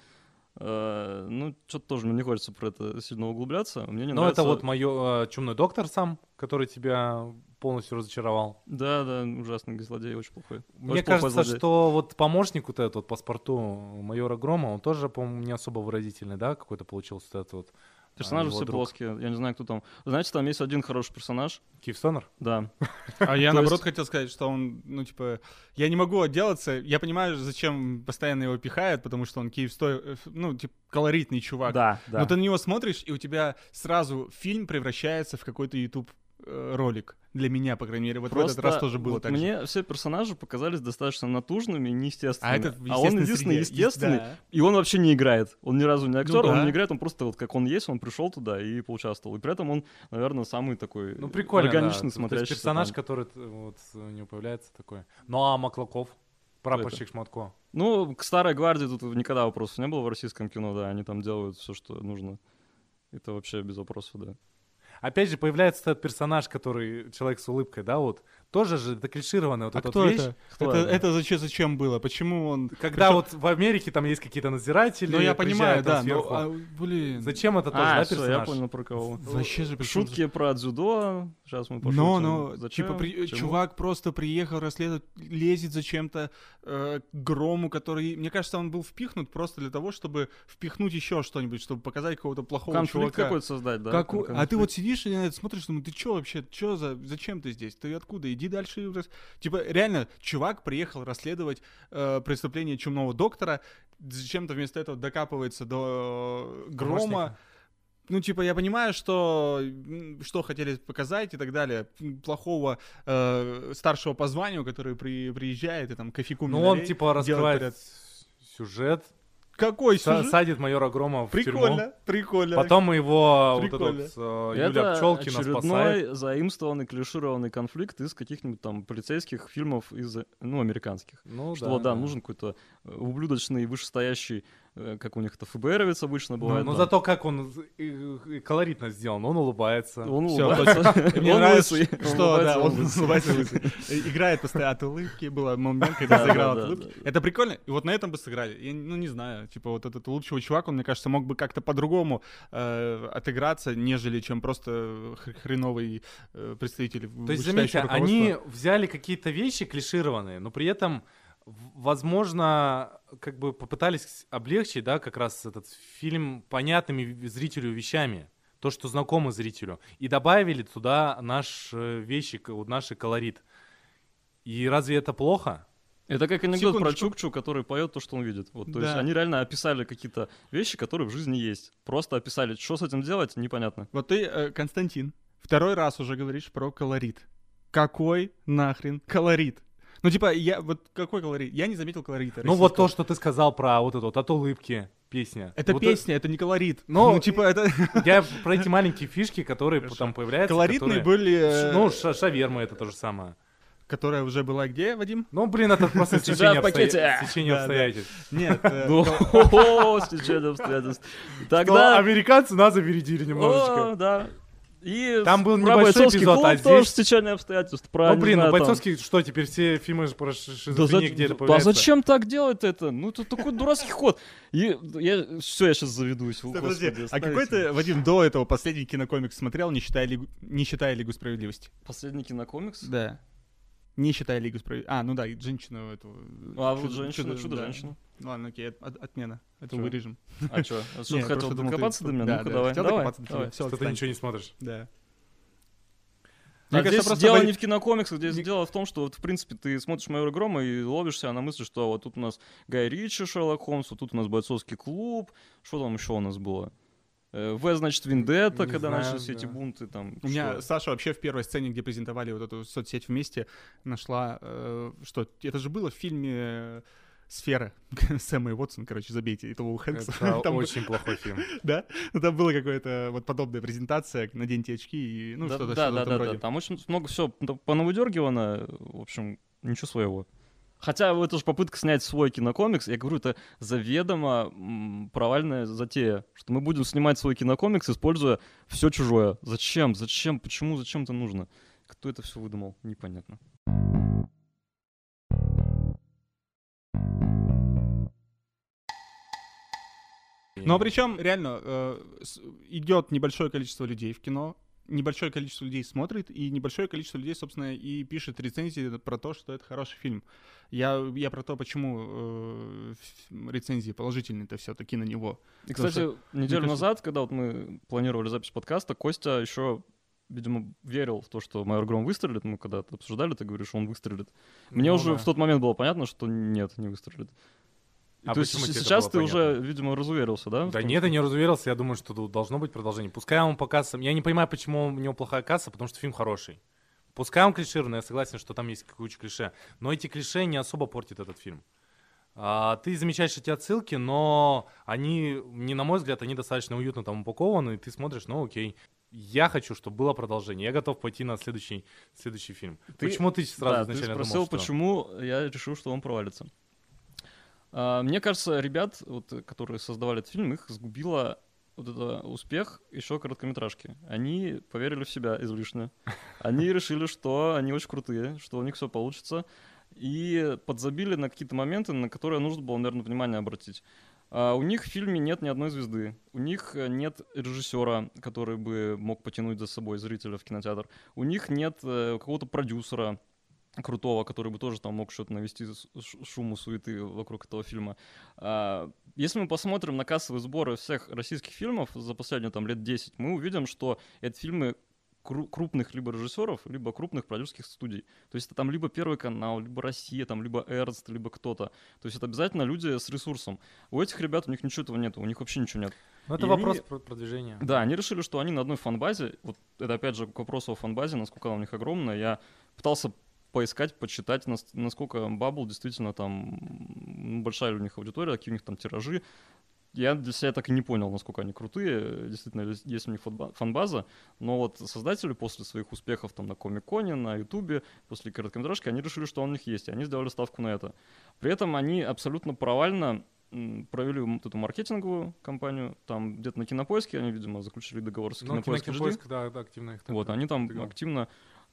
Ну, что-то тоже мне не хочется про это сильно углубляться. Мне не Но нравится... это вот мой чумной доктор сам, который тебя полностью разочаровал. Да, ужасный злодей, очень плохой. Мне Очень плохой кажется, злодей. что вот помощник вот этот вот паспорту майора Грома, он тоже, по-моему, не особо выразительный, да, какой-то получился вот этот вот. Персонажи его все друг. плоские, я не знаю, кто там. Знаете, там есть один хороший персонаж, Киевстонер? да. А я, То наоборот, есть- хотел сказать, что он, ну, типа, я не могу отделаться. Я понимаю, зачем постоянно его пихают, потому что он ну, типа, колоритный чувак. Да. Но ты на него смотришь, и у тебя сразу фильм превращается в какой-то YouTube ролик. Для меня, по крайней мере, вот в этот раз тоже было вот так же. мне все персонажи показались достаточно натужными и неестественными. А это в он естественной единственный среде. естественный, Да. и он вообще не играет. Он ни разу не актер, Ну да. он не играет, он просто вот как он есть, он пришел туда и поучаствовал. И при этом он, наверное, самый такой Ну, прикольно, органичный, да. То смотрящийся. есть персонаж, там. который вот у него появляется такой. Ну, а Маклаков? Прапорщик Шматко. Ну, к старой гвардии тут никогда вопросов не было в российском кино, да, они там делают все, что нужно. Это вообще без вопросов, да. Опять же, появляется этот персонаж, который человек с улыбкой, да, вот. Тоже же это клишированная вот А эта кто вот вещь. это? Кто это? это? Это зачем было? Почему он... Когда Причём- вот в Америке там есть какие-то надзиратели. Ну, я понимаю, приезжают там да, сверху. но, блин... Зачем это тоже, да, Всё, я персонаж? понял про кого. Вообще же... причём Шутки про дзюдо, сейчас мы пошутим. Но, Зачем? типа, Чему? чувак просто приехал расследовать, лезет зачем-то к Грому, который, мне кажется, он был впихнут просто для того, чтобы впихнуть еще что-нибудь, чтобы показать какого-то плохого Конфликт чувака. какой-то создать, да? А ты Конфликт. вот сидишь и на это смотришь, думаешь, ты чё вообще, зачем ты здесь, ты откуда, иди дальше. Типа, реально, чувак приехал расследовать преступление чумного доктора, зачем-то вместо этого докапывается до Грома. Помощника. Ну, типа, я понимаю, что хотели показать и так далее. Плохого старшего по званию, который приезжает и там кофейку Ну, мне он налей, типа делает раскрывает порядок. сюжет, Какой сюжет? садит майора Грома в тюрьму. Прикольно. Потом его вот Прикольно. этот Юля Это Пчелкина спасает. очередной заимствованный, клишированный конфликт из каких-нибудь там полицейских фильмов из, американских. Ну, Что, нужен какой-то ублюдочный, вышестоящий, как у них это ФБРовец обычно Ну, бывает. но там. зато как он и колоритно сделан, он улыбается. Он Всё, улыбается. Мне Он нравится, лысый. что, да, он лысый. улыбается лысый. Играет постоянно от улыбки, был момент, когда Да, заиграл да, от да, улыбки. да. Это прикольно, и вот на этом бы сыграли. Я, ну, не знаю, типа вот этот улыбчивый чувак, он, мне кажется, мог бы как-то по-другому отыграться, нежели чем просто хреновый представитель То есть, заметьте, они взяли какие-то вещи клишированные, но при этом, возможно, как бы попытались облегчить, да, как раз этот фильм понятными зрителю вещами. То, что знакомо зрителю. И добавили туда наши вещи, наши колорит. И разве это плохо? Это как анекдот про Секундочку. Чукчу, который поет то, что он видит. Вот, то есть Да. они реально описали какие-то вещи, которые в жизни есть. Просто описали. Что с этим делать, непонятно. Вот ты, Константин, второй раз уже говоришь про колорит. Какой нахрен колорит? Ну, типа, вот какой колорит? Я не заметил колорита. Ну вот то, российского. что ты сказал про вот это вот «От улыбки» песня. Это Вот песня, это не колорит. Но- Ну, типа, это... Я про эти маленькие фишки, которые там появляются. Колоритные которые- были... Ну, шаверма это то же самое. Которая уже была где, Вадим? Ну, блин, это просто Тебя стечение в пакете. Да, обстоятельств. Нет, Ну, стечение обстоятельств. Что Тогда... американцы нас опередили немножечко. О, да. И Там был про небольшой бойцовский эпизод, клуб а тоже здесь- стечение обстоятельств. Про, Ну, не блин, знаю, там- бойцовский, что теперь все фильмы про Да, шизофрению где-то а появляются? зачем так делать это? Ну, это такой дурацкий ход. Я сейчас заведусь. Стой, подожди, а какой ты, Вадим, до этого последний кинокомикс смотрел, не считая Лигу справедливости? Последний кинокомикс? Да. Не считая Лигу справедливости. А, ну да, и женщину эту. А вот Чудо-женщина. Да. Ладно, окей, отмена. Это Чё? вырежем. А что? Не, Что, я хотел просто думал, докопаться ты- до меня? да, Ну-ка, да, давай. хотел Давай. докопаться до тебя. Давай. Всё, Что ты отстань. ничего не смотришь. Да. А Мне кажется, здесь просто дело Вадим- не в кинокомиксах, здесь дело в том, что вот, в принципе, ты смотришь «Майора Грома» и ловишься на мысли, что вот тут у нас Гай Ричи, Шерлок Холмс, вот тут у нас бойцовский клуб, что там еще у нас было? В, значит, Вендетта, Не когда знаю, начались эти да. бунты, там, У меня что? Саша вообще в первой сцене, где презентовали вот эту соцсеть вместе, нашла, что это же было в фильме «Сфера» с Эммой Уотсон, короче, забейте, и Тома Хэнкса. Это Там очень плохой фильм. Да? Ну, там была какая-то вот подобная презентация, наденьте очки и, ну, Да, что-то да, в да, этом да, роде. там очень много все понавыдергивано, в общем, ничего своего. Хотя это же попытка снять свой кинокомикс, я говорю, это заведомо провальная затея, что мы будем снимать свой кинокомикс, используя все чужое. Зачем? Зачем? Почему? Зачем это нужно? Кто это все выдумал? Непонятно. Но причем реально идет небольшое количество людей в кино, небольшое количество людей смотрит, и небольшое количество людей, собственно, и пишет рецензии про то, что это хороший фильм. Я про то, почему рецензии положительные-то все-таки на него. И, Потому кстати, неделю кажется- назад, когда вот мы планировали запись подкаста, Костя еще, видимо, верил в то, что «Майор Гром» выстрелит. Мы когда это обсуждали, ты говоришь, что он выстрелит. Мне Ну уже да. в тот момент было понятно, что нет, не выстрелит. А То есть почему тебе это сейчас было ты уже, понятно? видимо, разуверился, да? в Да том, нет, что- я не разуверился, я думаю, что тут должно быть продолжение. Пускай он по кассам... Я не понимаю, почему у него плохая касса, потому что фильм хороший. Пускай он клишированный, я согласен, что там есть куча клише, но эти клише не особо портят этот фильм. Ты замечаешь эти отсылки, но они, не на мой взгляд, они достаточно уютно там упакованы, и ты смотришь, ну окей. Я хочу, чтобы было продолжение. Я готов пойти на следующий фильм. Почему ты сразу Да, изначально ты спросил, думал, что... почему я решил, что он провалится. Мне кажется, ребят, вот, которые создавали этот фильм, их сгубила вот это успех еще короткометражки. Они поверили в себя излишне. Они решили, что они очень крутые, что у них все получится. И подзабили на какие-то моменты, на которые нужно было, наверное, внимание обратить. У них в фильме нет ни одной звезды. У них нет режиссера, который бы мог потянуть за собой зрителя в кинотеатр. У них нет какого-то продюсера крутого, который бы тоже там мог что-то навести шуму, суеты вокруг этого фильма. Если мы посмотрим на кассовые сборы всех российских фильмов за последние там лет 10, мы увидим, что это фильмы крупных либо режиссеров, либо крупных продюсерских студий. То есть это там либо Первый канал, либо Россия, там, либо Эрнст, либо кто-то. То есть это обязательно люди с ресурсом. У этих ребят у них ничего этого нет, у них вообще ничего нет. Ну, это И вопрос они- продвижения. Да, они решили, что они на одной фан-базе, вот это опять же к вопросу о фан-базе, насколько она у них огромная, я пытался поискать, почитать, насколько Bubble действительно там большая ли у них аудитория, какие у них там тиражи. Я для себя так и не понял, насколько они крутые, действительно, есть у них фан-база, но вот создатели после своих успехов там на Комик-Коне, на Ютубе, после короткометражки, они решили, что он у них есть, и они сделали ставку на это. При этом они абсолютно провально провели вот эту маркетинговую кампанию, там где-то на Кинопоиске, они, видимо, заключили договор с Ну, Кинопоиск HD. Кинопоиск, да, активно их. Вот, они там продвигал. активно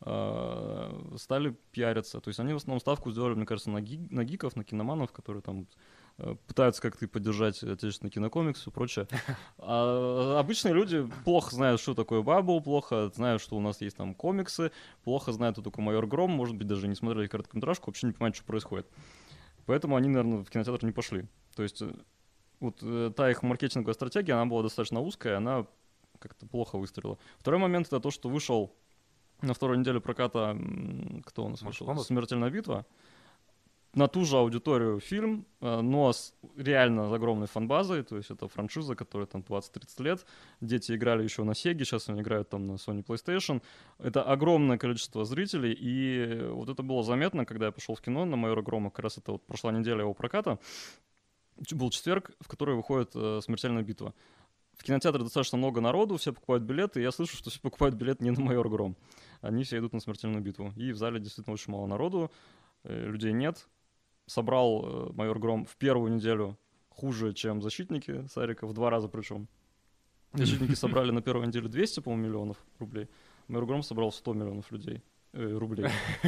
стали пиариться. То есть они в основном ставку сделали, мне кажется, на гиков, на киноманов, которые там пытаются как-то поддержать отечественный кинокомикс и прочее. А обычные люди плохо знают, что такое Bubble, плохо знают, что у нас есть там комиксы, плохо знают, кто такой «Майор Гром», может быть, даже не смотрели короткометражку, вообще не понимают, что происходит. Поэтому они, наверное, в кинотеатр не пошли. То есть вот та их маркетинговая стратегия, она была достаточно узкая, она как-то плохо выстрелила. Второй момент — это то, что вышел на второй неделе проката, кто у нас вышел? «Смертельная битва». На ту же аудиторию фильм, но реально с огромной фан-базой, то есть это франшиза, которая там 20-30 лет, дети играли еще на Sega, сейчас они играют там на Sony PlayStation, это огромное количество зрителей, и вот это было заметно, когда я пошел в кино на «Майора Грома», как раз это вот прошла неделя его проката, был четверг, в который выходит «Смертельная битва». в кинотеатре достаточно много народу, все покупают билеты, и я слышу, что все покупают билет не на «Майор Гром». Они все идут на «Смертельную битву». И в зале действительно очень мало народу, людей нет. Собрал «Майор Гром» в первую неделю хуже, чем «Защитники» Сарика, в 2 раза причем. «Защитники» собрали на первой неделе 200, по-моему, миллионов рублей. «Майор Гром» собрал 100 миллионов рублей.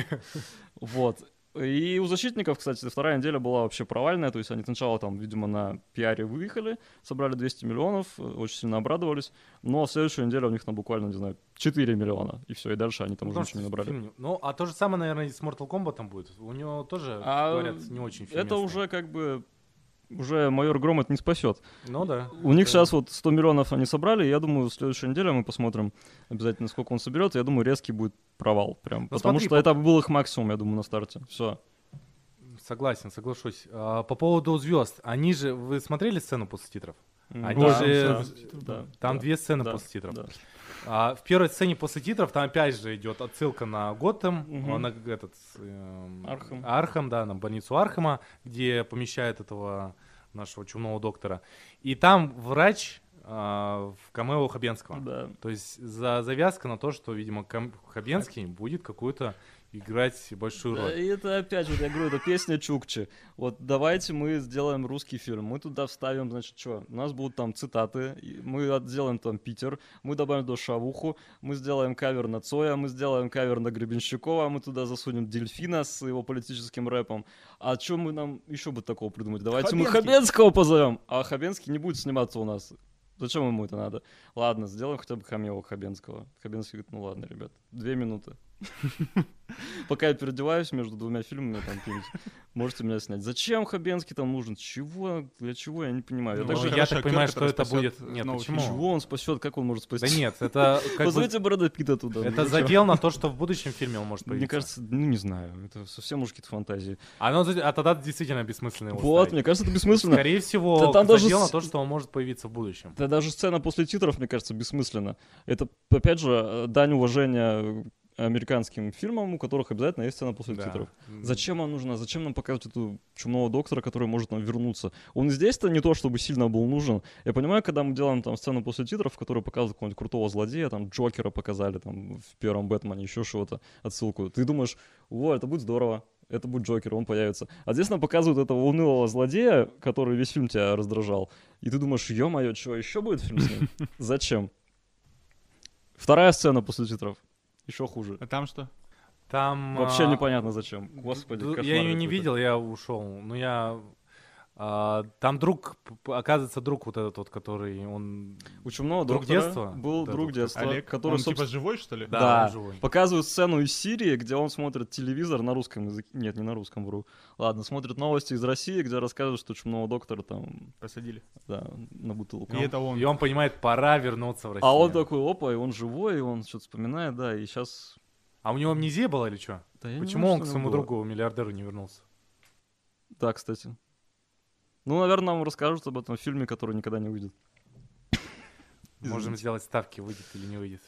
Вот. И у «Защитников», кстати, вторая неделя была вообще провальная, то есть они сначала там, видимо, на пиаре выехали, собрали 200 миллионов, очень сильно обрадовались, но следующая неделя у них там буквально, не знаю, 4 миллиона, и все, и дальше они там уже ничего не набрали. Ну, а то же самое, наверное, и с Mortal Kombat будет. У него тоже, говорят, не очень фильм. Это уже как бы... Уже «Майор Гром» это не спасет. Ну да. У них сейчас вот 100 миллионов они собрали, и я думаю, в следующей неделе мы посмотрим обязательно, сколько он соберет. Я думаю, резкий будет провал прям. Потому что это был их максимум, я думаю, на старте. Все. Согласен, соглашусь. По поводу звезд. Они же... Вы смотрели сцену после титров? Они Да, же... да, Там да, 2 сцены да, после титров. да. В первой сцене после титров там опять же идет отсылка на Готэм, на Архам, да, на больницу Архама, где помещают этого нашего чумного доктора. И там врач в камео Хабенского. Да. То есть завязка на то, что, видимо, Хабенский будет какую-то играть большую роль. И это опять же, я говорю, это песня Чукчи. Вот давайте мы сделаем русский фильм. Мы туда вставим, значит, что? У нас будут там цитаты, мы сделаем там Питер, мы добавим туда шавуху, мы сделаем кавер на Цоя, мы сделаем кавер на Гребенщикова, мы туда засунем Дельфина с его политическим рэпом. А что мы нам еще бы такого придумать? Давайте мы Хабенского позовем. А Хабенский не будет сниматься у нас. Зачем ему это надо? Ладно, сделаем хотя бы камео Хабенского. Хабенский говорит, ну ладно, ребят, 2 минуты. Пока я переодеваюсь между 2 фильмами, там, можете меня снять. Зачем Хабенский там нужен? Чего? Для чего? Я не понимаю. Я так понимаю, что это будет... Нет, почему? Чего он спасет? Как он может спасти? Да нет, это... Позовите Брэда Питта туда. Это задел на то, что в будущем фильме он может появиться. Мне кажется, ну не знаю, это совсем уж какие-то фантазии. А тогда действительно бессмысленно его Вот, ставить. мне кажется, это бессмысленно. Скорее всего, там даже задел на то, что он может появиться в будущем. Да даже сцена после титров, мне кажется, бессмысленно. Это, опять же, дань уважения американским фильмам, у которых обязательно есть сцена после титров. Зачем вам нужна? Зачем нам показывать эту чумного доктора, который может нам вернуться? Он здесь-то не то, чтобы сильно был нужен. Я понимаю, когда мы делаем там сцену после титров, в которой показывают какого-нибудь крутого злодея, там Джокера показали, там в первом Бэтмене, еще чего-то, отсылку. Ты думаешь, о, это будет здорово. Это будет Джокер, он появится. А здесь нам показывают этого унылого злодея, который весь фильм тебя раздражал. И ты думаешь, ё-моё, что, еще будет фильм с ним? Зачем? Вторая сцена после титров. Еще хуже. А там что? Там... Вообще непонятно зачем. Господи, кошмар. Я ее не какой-то. видел, я ушел. Но я... Там друг, оказывается, друг вот этот вот, который, он... У чумного Друг доктора детства? был Да, друг доктор. детства, Олег, который, он типа собственно, живой, что ли? Да. он живой. показывают сцену из Сирии, где он смотрит телевизор на русском языке. Нет, не на русском, вру. Ладно, смотрит новости из России, где рассказывают, что чумного доктора там, Посадили. да, на бутылку. И это он. И он понимает, пора вернуться в Россию. А он такой, опа, и он живой, и он что-то вспоминает, да, и сейчас... А у него амнезия была или что? Да я не Почему знаю, он к что своему было. другу, миллиардеру, не вернулся? Да, кстати. Ну, наверное, нам расскажут об этом в фильме, который никогда не выйдет. Можем Извините. сделать ставки, выйдет или не выйдет.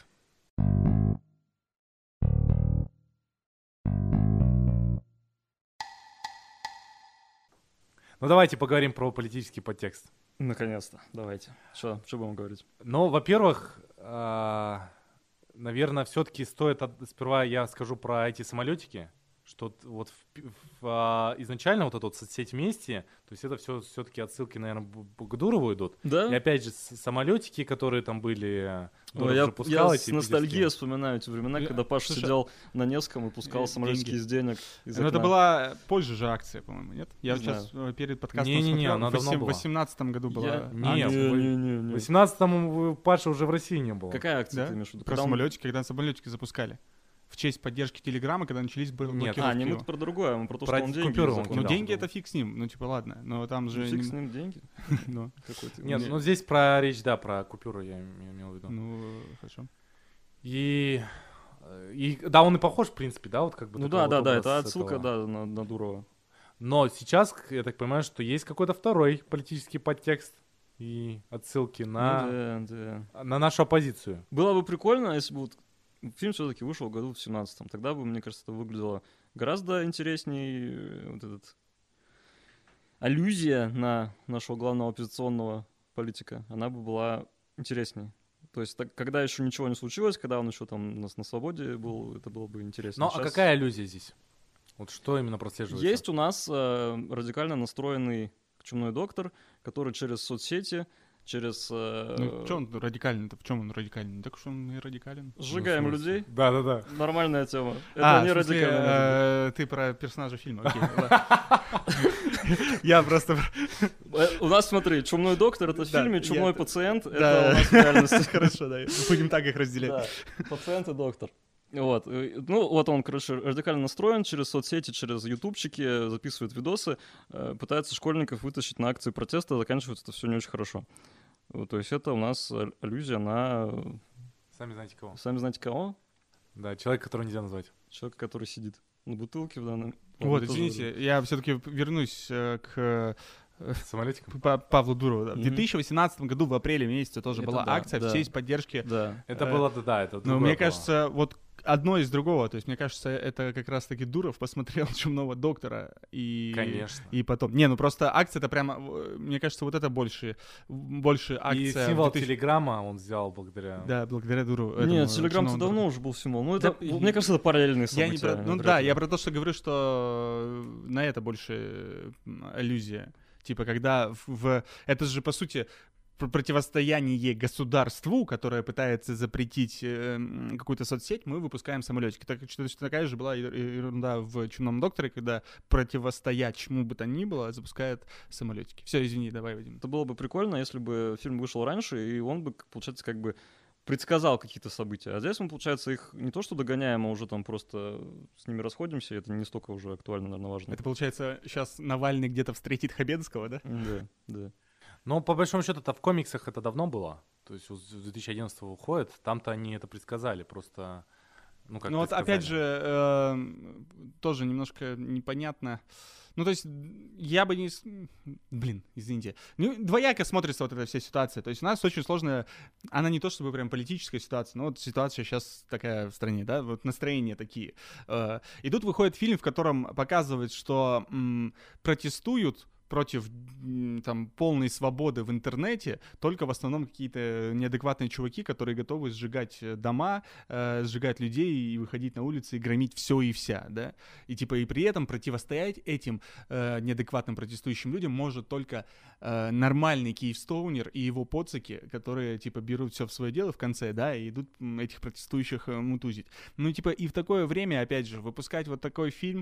Ну, давайте поговорим про политический подтекст. Наконец-то, давайте. Что будем говорить? Ну, во-первых, наверное, все-таки стоит... Сперва я скажу про эти самолетики, что вот изначально вот эта вот соцсеть вместе, то есть это все-таки отсылки, наверное, к Дурову идут. Да? И опять же, самолетики, которые там были, Дуров Я же пускал эти с ностальгией питерские. вспоминаю эти времена, Бля, когда Паша слушай, сидел на Невском и пускал деньги. самолетики из денег. Из Ну, это окна. была позже же акция, по-моему, нет? Я Не сейчас перед подкастом Не-не-не, смотрел. она давно была. В 18 году была. Я- Не, акция. в 18-м Паша уже в России не было. Какая акция Да? ты имеешь в виду? Про Когда он- самолетики, когда самолетики запускали. В честь поддержки Телеграма, когда начались блокировки. А, не мы его. про другое, мы про то, Про что он деньги купюры он закончил. Ну, кидал. деньги это фиг с ним. Ну, типа, ладно. Но там же... Фиг с ним деньги? Ну, Какой ты? Нет, Не. ну здесь про речь, да, про купюры я имел в виду. ну, хорошо. И да, он и похож, в принципе, да, вот как бы. Ну такой да, вот образ это отсылка, этого. да, на Дурова. Но сейчас, я так понимаю, что есть какой-то второй политический подтекст и отсылки Ну на да. нашу оппозицию. Было бы прикольно, если бы вот фильм все-таки вышел в году в 17-м. Тогда бы, мне кажется, это выглядело гораздо интереснее. Вот этот аллюзия на нашего главного оппозиционного политика, она бы была интересней. То есть, когда еще ничего не случилось, когда он еще там у нас на свободе был, это было бы интересно. Ну, а какая аллюзия здесь? Вот что именно прослеживается? Есть у нас радикально настроенный чумной доктор, который через соцсети, через... Ну, в чем он радикальный-то? В чем он радикальный? Так уж он и радикален. Сжигаем людей. Да. Нормальная тема. Это не радикально. Ты про персонажа фильма, окей. Я просто... У нас, смотри, чумной доктор — это в фильме, чумной пациент — это у нас в реальности. Хорошо, да. Будем так их разделять. Пациент и доктор. Вот. Ну, вот он, короче, радикально настроен, через соцсети, через ютубчики записывает видосы, пытается школьников вытащить на акции протеста, заканчивается это все не очень хорошо. Вот, то есть это у нас аллюзия на... Сами знаете кого? Сами знаете кого? Да, человек, которого нельзя назвать. Человек, который сидит на бутылке в данном... Вот, извините, я все-таки вернусь к... Самолетиком? Павлу Дурову. Да. В 2018 году в апреле месяце тоже была акция в честь поддержки. Да. Это было, да, это но мне кажется, вот одно из другого. То есть, мне кажется, это как раз-таки Дуров посмотрел «Чумного доктора» и... Конечно. И потом... Не, ну просто акция это прямо... Мне кажется, вот это больше акция... И символ Телеграма он взял благодаря... Да, благодаря Дурову. Нет, Телеграм-то давно уже был символ. Ну, это, мне кажется, это параллельные события. Я про то, что говорю, что на это больше аллюзия. Типа, когда это же, по сути, противостояние государству, которое пытается запретить какую-то соцсеть, мы выпускаем самолетики. Точно такая же была ерунда в «Чумном докторе», когда противостоять чему бы то ни было запускает самолетики. Все, извини, давай, Вадим. Это было бы прикольно, если бы фильм вышел раньше, и он бы, получается, как бы предсказал какие-то события. А здесь мы, получается, их не то что догоняем, а уже там просто с ними расходимся, и это не столько уже актуально, наверное, важно. Это, получается, сейчас Навальный где-то встретит Хабенского, да? Да. Но, по большому счету, в комиксах это давно было. То есть с 2011 уходит, там-то они это предсказали, просто... Ну, вот опять же, тоже немножко непонятно. Ну, то есть, я бы не... Блин, извините. Ну, двояко смотрится вот эта вся ситуация. То есть, у нас очень сложная... Она не то чтобы прям политическая ситуация, но вот ситуация сейчас такая в стране, да, вот настроения такие. И тут выходит фильм, в котором показывают, что протестуют против там полной свободы в интернете только в основном какие-то неадекватные чуваки, которые готовы сжигать дома, сжигать людей и выходить на улицы и громить все и вся, да, и типа и при этом противостоять этим неадекватным протестующим людям может только нормальный Киевстоунер и его поцики, которые типа берут все в свое дело в конце, да, и идут этих мутузить. Ну типа и в такое время, опять же, выпускать вот такой фильм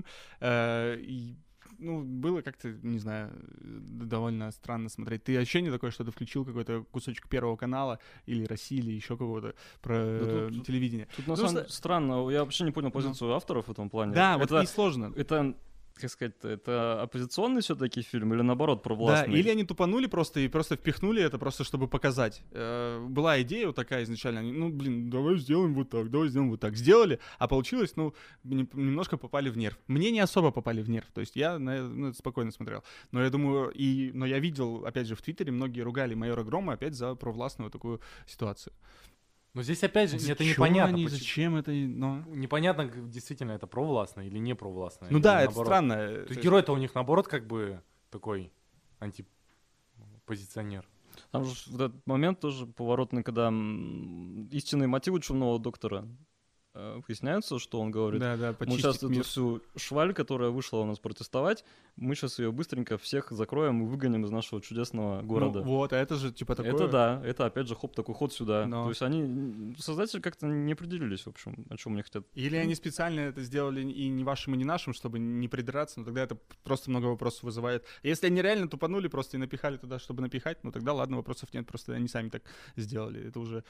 было как-то, не знаю, довольно странно смотреть. Ты ощущение такое, что ты включил какой-то кусочек Первого канала или России, или еще какого-то про телевидение. Тут на самом деле странно, я вообще не понял позицию авторов в этом плане. Да, вот и сложно. Это, как сказать, это оппозиционный все-таки фильм или наоборот провластный? Да, или они тупанули просто и просто впихнули это просто, чтобы показать. Была идея вот такая изначально, давай сделаем вот так. Сделали, а получилось, немножко попали в нерв. Мне не особо попали в нерв, то есть я это спокойно смотрел. Но я думаю, но я видел, опять же, в Твиттере многие ругали «Майора Грома» опять за провластную такую ситуацию. Но здесь опять же это непонятно. Зачем это? Непонятно, действительно, это провластно или не провластно. Ну да, это странно. То есть герой-то у них наоборот как бы такой антипозиционер. Там же в этот момент тоже поворотный, когда истинные мотивы Чумного доктора выясняются, что он говорит. Да, мы сейчас эту всю шваль, которая вышла у нас протестовать, мы сейчас ее быстренько всех закроем и выгоним из нашего чудесного города. А это же типа такое... Это да, это опять же такой ход сюда. То есть создатели как-то не определились, в общем, о чем они хотят. Или они специально это сделали и не вашим, и не нашим, чтобы не придраться, но тогда это просто много вопросов вызывает. Если они реально тупанули просто и напихали туда, чтобы напихать, тогда ладно, вопросов нет, просто они сами так сделали. Это уже,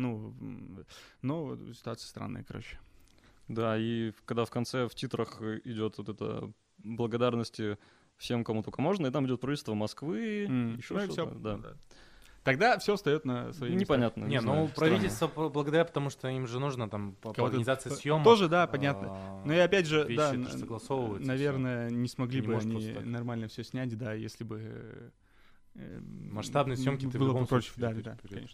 ситуация странная, короче. Да, и когда в конце в титрах идет вот это благодарности всем, кому только можно, и там идет правительство Москвы, еще что-то. Да. Тогда все встает на свои места. Непонятно. Правительство благодаря, потому что им же нужно там по организации съемок. Тоже, да, понятно. Но и опять же, да, согласовываются. Наверное, не смогли бы они нормально все снять, да, если бы... Масштабные съемки ты в любом случае. Да, конечно.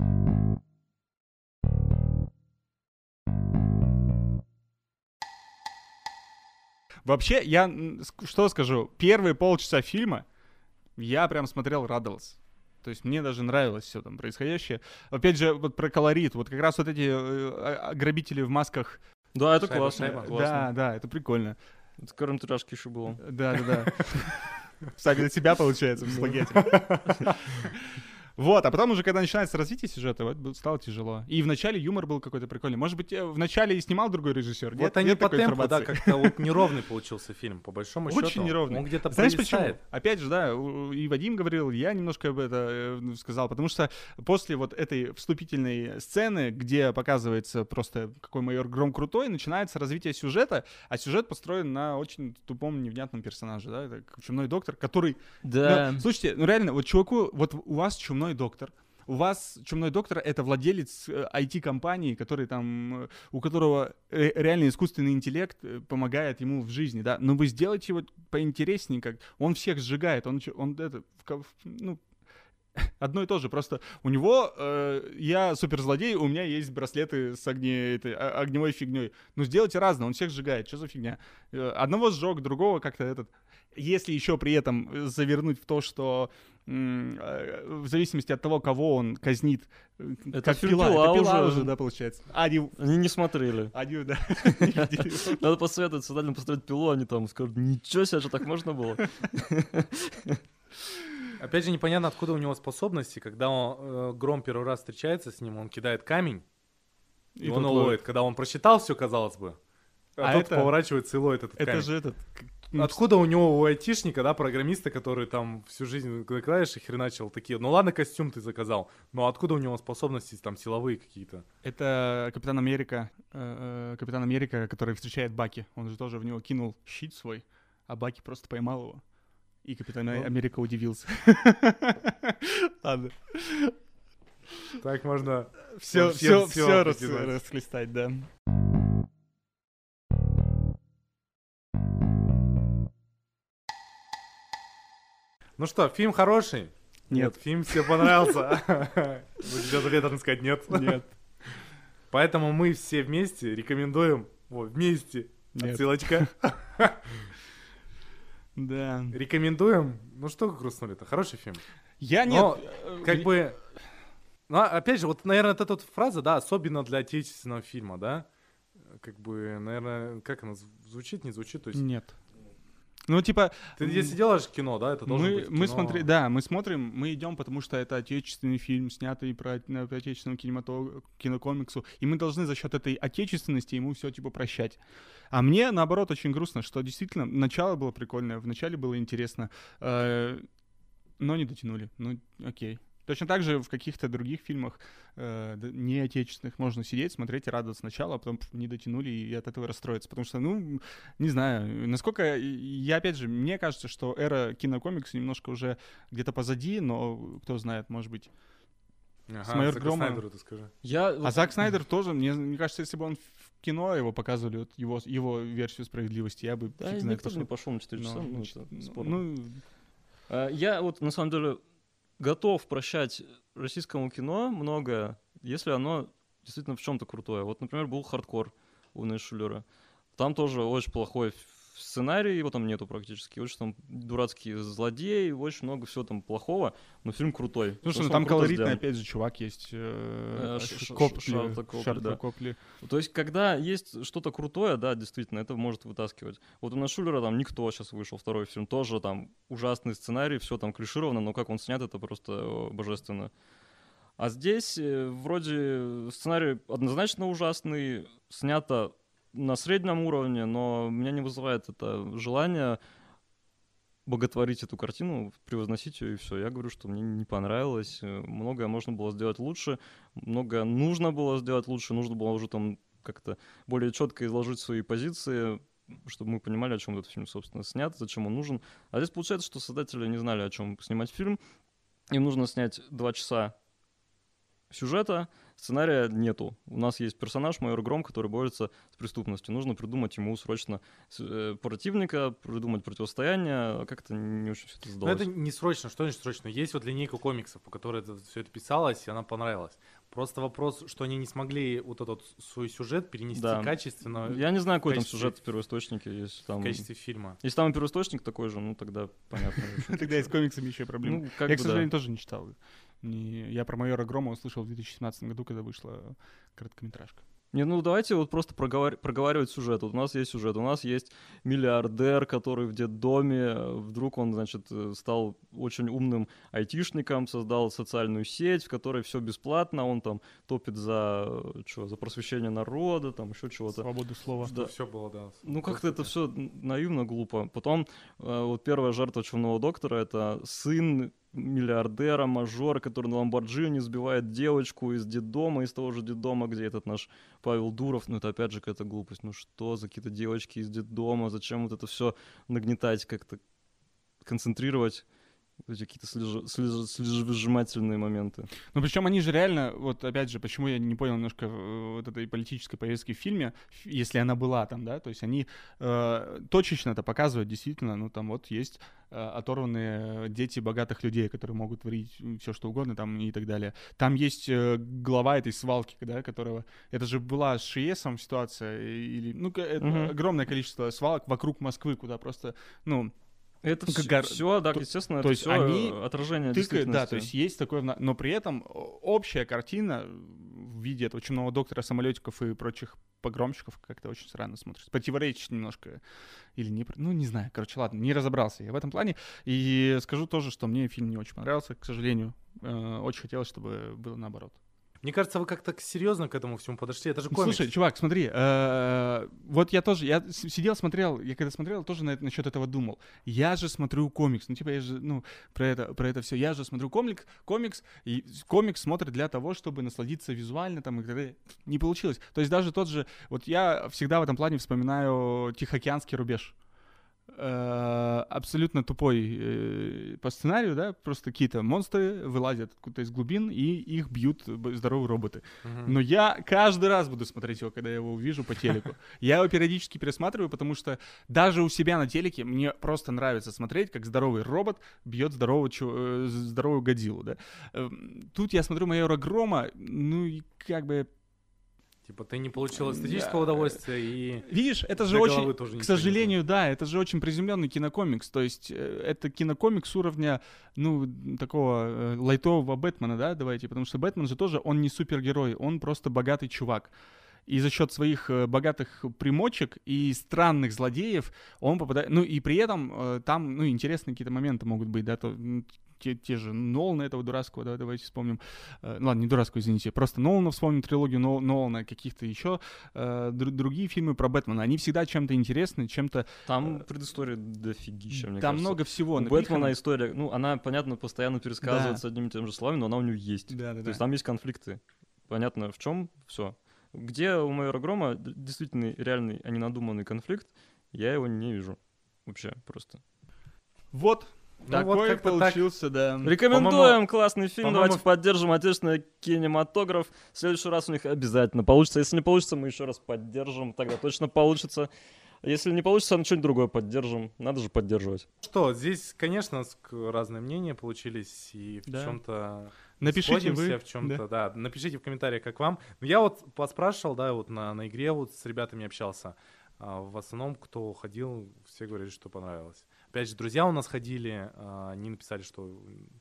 Вообще, я что скажу, первые полчаса фильма я прям смотрел, радовался. То есть мне даже нравилось все там происходящее. Опять же, вот про колорит. Вот как раз вот эти грабители в масках. Да, это Шайба, классно. шайба. классно. Да, это прикольно. Это короткометражки еще было. Да. Сами на себя, получается, в слагателе. Вот, а потом уже, когда начинается развитие сюжета, вот стало тяжело. И в начале юмор был какой-то прикольный. Может быть, в начале и снимал другой режиссер? Вот они по темпу, да, как-то вот неровный получился фильм, по большому счету. Очень неровный. Он где-то Знаешь провисает. почему? Опять же, да, и Вадим говорил, я немножко об этом сказал, потому что после вот этой вступительной сцены, где показывается просто, какой майор Гром крутой, начинается развитие сюжета, а сюжет построен на очень тупом, невнятном персонаже, да, это чумной доктор, который... Да. Ну, слушайте, ну реально, вот чуваку, вот у вас чумной доктор, у вас чумной доктор — это владелец IT-компании, который там, у которого реально искусственный интеллект помогает ему в жизни, да, но вы сделайте его поинтереснее, как он всех сжигает, он это, ну, одно и то же, просто у него, я суперзлодей, у меня есть браслеты с огневой фигней. Ну, сделайте разное, он всех сжигает, что за фигня? Одного сжег, другого как-то этот... Если еще при этом завернуть в то, что в зависимости от того, кого он казнит, Это как фильм пила, «Пила» это пила уже. уже, да, получается. Они, Они не смотрели. да, не видели. Надо посоветовать создателям посмотреть «Пилу», они там скажут, ничего себе, что так можно было? Опять же, непонятно, откуда у него способности. Когда Гром первый раз встречается с ним, он кидает камень, и он тут его ловит. Когда он просчитал все, казалось бы, А тот это- поворачивается и ловит этот Это камень. же этот... Откуда у него, у айтишника, да, программиста, который там всю жизнь на клавиши хреначил, такие, ну ладно, костюм ты заказал, но откуда у него способности там силовые какие-то? Это Капитан Америка, который встречает Баки. Он же тоже в него кинул щит свой, а Баки просто поймал его. И Капитан Америка удивился. Ладно. Так можно... Все всё придумать. расхлестать, да. Ну что, фильм хороший? Нет. Фильм всем понравился? Вы сейчас обязаны сказать нет. Нет. Поэтому мы все вместе рекомендуем, вот, вместе, Нет. отсылочка, Да. рекомендуем, ну что вы грустнули-то, хороший фильм. Я Но, нет. как бы, ну, опять же, вот, наверное, вот эта вот фраза, да, особенно для отечественного фильма, да, как бы, наверное, как она звучит, не звучит, то есть, Нет. Ну, типа... ты если делаешь кино, да, это должно быть кино. Мы смотрим, мы идем, потому что это отечественный фильм, снятый по отечественному кинокомиксу, и мы должны за счет этой отечественности ему все типа прощать. А мне, наоборот, очень грустно, что действительно начало было прикольное, в начале было интересно, но не дотянули. Ну, окей. Точно так же в каких-то других фильмах, не отечественных, можно сидеть, смотреть и радоваться сначала, а потом не дотянули и от этого расстроиться. Потому что, ну, не знаю, насколько... Я, опять же, мне кажется, что эра кинокомикса немножко уже где-то позади, но кто знает, может быть. Ага, с «Майор Зака Грома». Снайдера ты скажи. А Зак Снайдер тоже, мне кажется, если бы он в кино его показывали, вот его версию справедливости, я бы Да, фиг знает, никто же не пошел. пошел на 4 часа, ну, это спорно. Ну, Я вот, на самом деле, готов прощать российскому кино многое, если оно действительно в чем-то крутое. Вот, например, был «Хардкор» у Найшулера. Там тоже очень плохой сценарий, его там нету практически. Очень там дурацкие злодеи, очень много всего там плохого, но фильм крутой. слушай, Потому ну что там он круто колоритный, сделан. опять же, чувак есть. Шарта Копли, да. Копли. То есть, когда есть что-то крутое, да, действительно, это может вытаскивать. Вот у Найшулера там «Никто» сейчас вышел, второй фильм, тоже там ужасный сценарий, все там клишировано, но как он снят, это просто божественно. А здесь вроде сценарий однозначно ужасный, снято на среднем уровне, но меня не вызывает это желание боготворить эту картину, превозносить ее, и все. Я говорю, что мне не понравилось. Многое можно было сделать лучше, многое нужно было сделать лучше, нужно было уже там как-то более четко изложить свои позиции, чтобы мы понимали, о чем этот фильм, собственно, снят, зачем он нужен. А здесь получается, что создатели не знали, о чем снимать фильм. Им нужно снять 2 часа сюжета, сценария нету. У нас есть персонаж, майор Гром, который борется с преступностью. Нужно придумать ему срочно противника, придумать противостояние. Как-то не очень все это Но сдалось. это не срочно, что значит срочно? Есть вот линейка комиксов, по которой все это писалось, и она понравилась. Просто вопрос, что они не смогли вот этот свой сюжет перенести Да. качественно Я не знаю, какой там качестве- сюжет в первоисточнике. Если в там, качестве фильма. если там первоисточник такой же, ну тогда понятно. Тогда и с комиксами еще проблемы. Ну, как Я, бы к да. сожалению, тоже не читал. Я про майора Грома услышал в 2017 году, когда вышла короткометражка. Не, ну давайте вот просто проговаривать сюжет. Вот у нас есть сюжет, у нас есть миллиардер, который в детдоме, вдруг он, значит, стал очень умным айтишником, создал социальную сеть, в которой все бесплатно, он там топит за просвещение народа, там еще чего-то. Свободу слова. Да. Все было, да. Ну как-то это все наивно, глупо. Потом вот первая жертва Чумного доктора — это сын миллиардера, мажора, который на Ламборджини сбивает девочку из детдома, из того же детдома, где этот наш Павел Дуров. Ну это опять же какая-то глупость. Ну что за какие-то девочки из детдома? Зачем вот это все нагнетать, как-то концентрировать? Эти какие-то слезовыжимательные моменты. Ну, причем они же реально, вот опять же, почему я не понял немножко вот этой политической повестки в фильме, если она была там, да, то есть они точечно это показывают, действительно, ну, там вот есть оторванные дети богатых людей, которые могут творить все что угодно там и так далее. Там есть глава этой свалки, да, которого... Это же была с ШИЭСом ситуация, или, ну, это огромное количество свалок вокруг Москвы, куда просто, ну... Это Как все, да, естественно, то это есть все они отражение тыкают, действительности. да, то есть есть такое, но при этом общая картина в виде этого Чумного доктора, самолетиков и прочих погромщиков как-то очень странно смотрится. Противоречит немножко или не... Ну, не знаю, короче, ладно, не разобрался я в этом плане. И скажу тоже, что мне фильм не очень понравился, к сожалению. Очень хотелось, чтобы было наоборот. Мне кажется, вы как-то серьезно к этому всему подошли. Это же комикс. Слушай, чувак, смотри, вот я тоже, я сидел, смотрел, я когда смотрел, тоже насчет этого думал. Я же смотрю комикс, ну типа я же, ну, про это все. Я же смотрю комикс, и комикс смотрит для того, чтобы насладиться визуально там и так далее. Не получилось. То есть даже тот же, вот я всегда в этом плане вспоминаю Тихоокеанский рубеж. Абсолютно тупой по сценарию, да, просто какие-то монстры вылазят откуда-то из глубин, и их бьют здоровые роботы. Но я каждый раз буду смотреть его, когда я его увижу по телеку. Я его периодически пересматриваю, потому что даже у себя на телеке мне просто нравится смотреть, как здоровый робот бьет здоровую Годзиллу, да. Тут я смотрю майора Грома, ну и как бы... Типа ты не получил эстетического удовольствия и... Видишь, это же для очень, головы тоже к ничего сожалению, да, это же очень приземленный кинокомикс. То есть это кинокомикс уровня, ну, такого лайтового Бэтмена, да, давайте, потому что Бэтмен же тоже, он не супергерой, он просто богатый чувак. И за счет своих богатых примочек и странных злодеев он попадает... Ну, и при этом там, ну, интересные какие-то моменты могут быть, да, те же Нолана этого дурацкого, да, давайте вспомним. Ладно, не дурацкого, извините, просто Нолана вспомним, трилогию Нолана, каких-то еще другие фильмы про Бэтмена. Они всегда чем-то интересны, чем-то... Там предыстория дофигища, мне Там кажется. много всего У напихано. Бэтмена история, ну, она, понятно, постоянно пересказывается одними и теми же словами, но она у него есть. Да. То есть там есть конфликты. Понятно, в чем все. Где у майора Грома действительно реальный, а не надуманный конфликт, я его не вижу. Вообще просто. Вот. Ну, Такой вот как-то получился, да. Рекомендуем, классный фильм, по-моему- давайте поддержим отечественный кинематограф. В следующий раз у них обязательно получится. Если не получится, мы еще раз поддержим, тогда точно получится. Если не получится, мы что-нибудь другое поддержим. Надо же поддерживать. Что, здесь, конечно, разные мнения получились, и в Да. чем-то Напишите сходимся, вы. в чем-то, да. Напишите в комментариях, как вам. Но я вот поспрашивал, да, вот на игре вот с ребятами общался. В основном, кто ходил, все говорили, что понравилось. Опять же, друзья у нас ходили, они написали, что,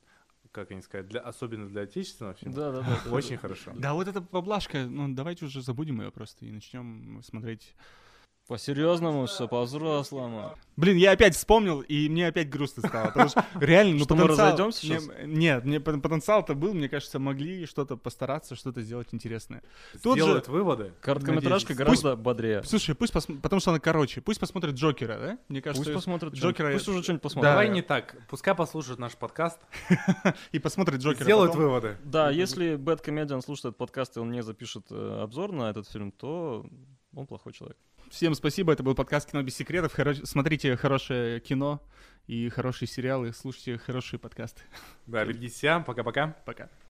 как они сказать, особенно для отечественного фильма, Да. очень хорошо. Да, вот эта поблажка, ну давайте уже забудем ее просто и начнем смотреть. По-серьезному все, по-взрослому. Блин, я опять вспомнил, и мне опять грустно стало, потому что реально, ну Что, мы потенциал... разойдемся сейчас? Нет, мне потенциал-то был, мне кажется, могли что-то постараться, что-то сделать интересное. Тут же, Сделают выводы. Короткометражка Надеюсь. гораздо бодрее. слушай, потому что она короче, пусть посмотрит Джокера, да? Мне кажется, Пусть посмотрят Джокера- Пусть уже что-нибудь посмотрят. Давай не так. Пускай послушают наш подкаст, и посмотрит Джокера сделают потом. выводы. Да, если Bad Comedian слушает этот подкаст, и он не запишет обзор на этот фильм, то он плохой человек. Всем спасибо, это был подкаст «Кино без секретов». Смотрите хорошее кино и хорошие сериалы, слушайте хорошие подкасты. Да, берегите себя. Пока-пока. Пока.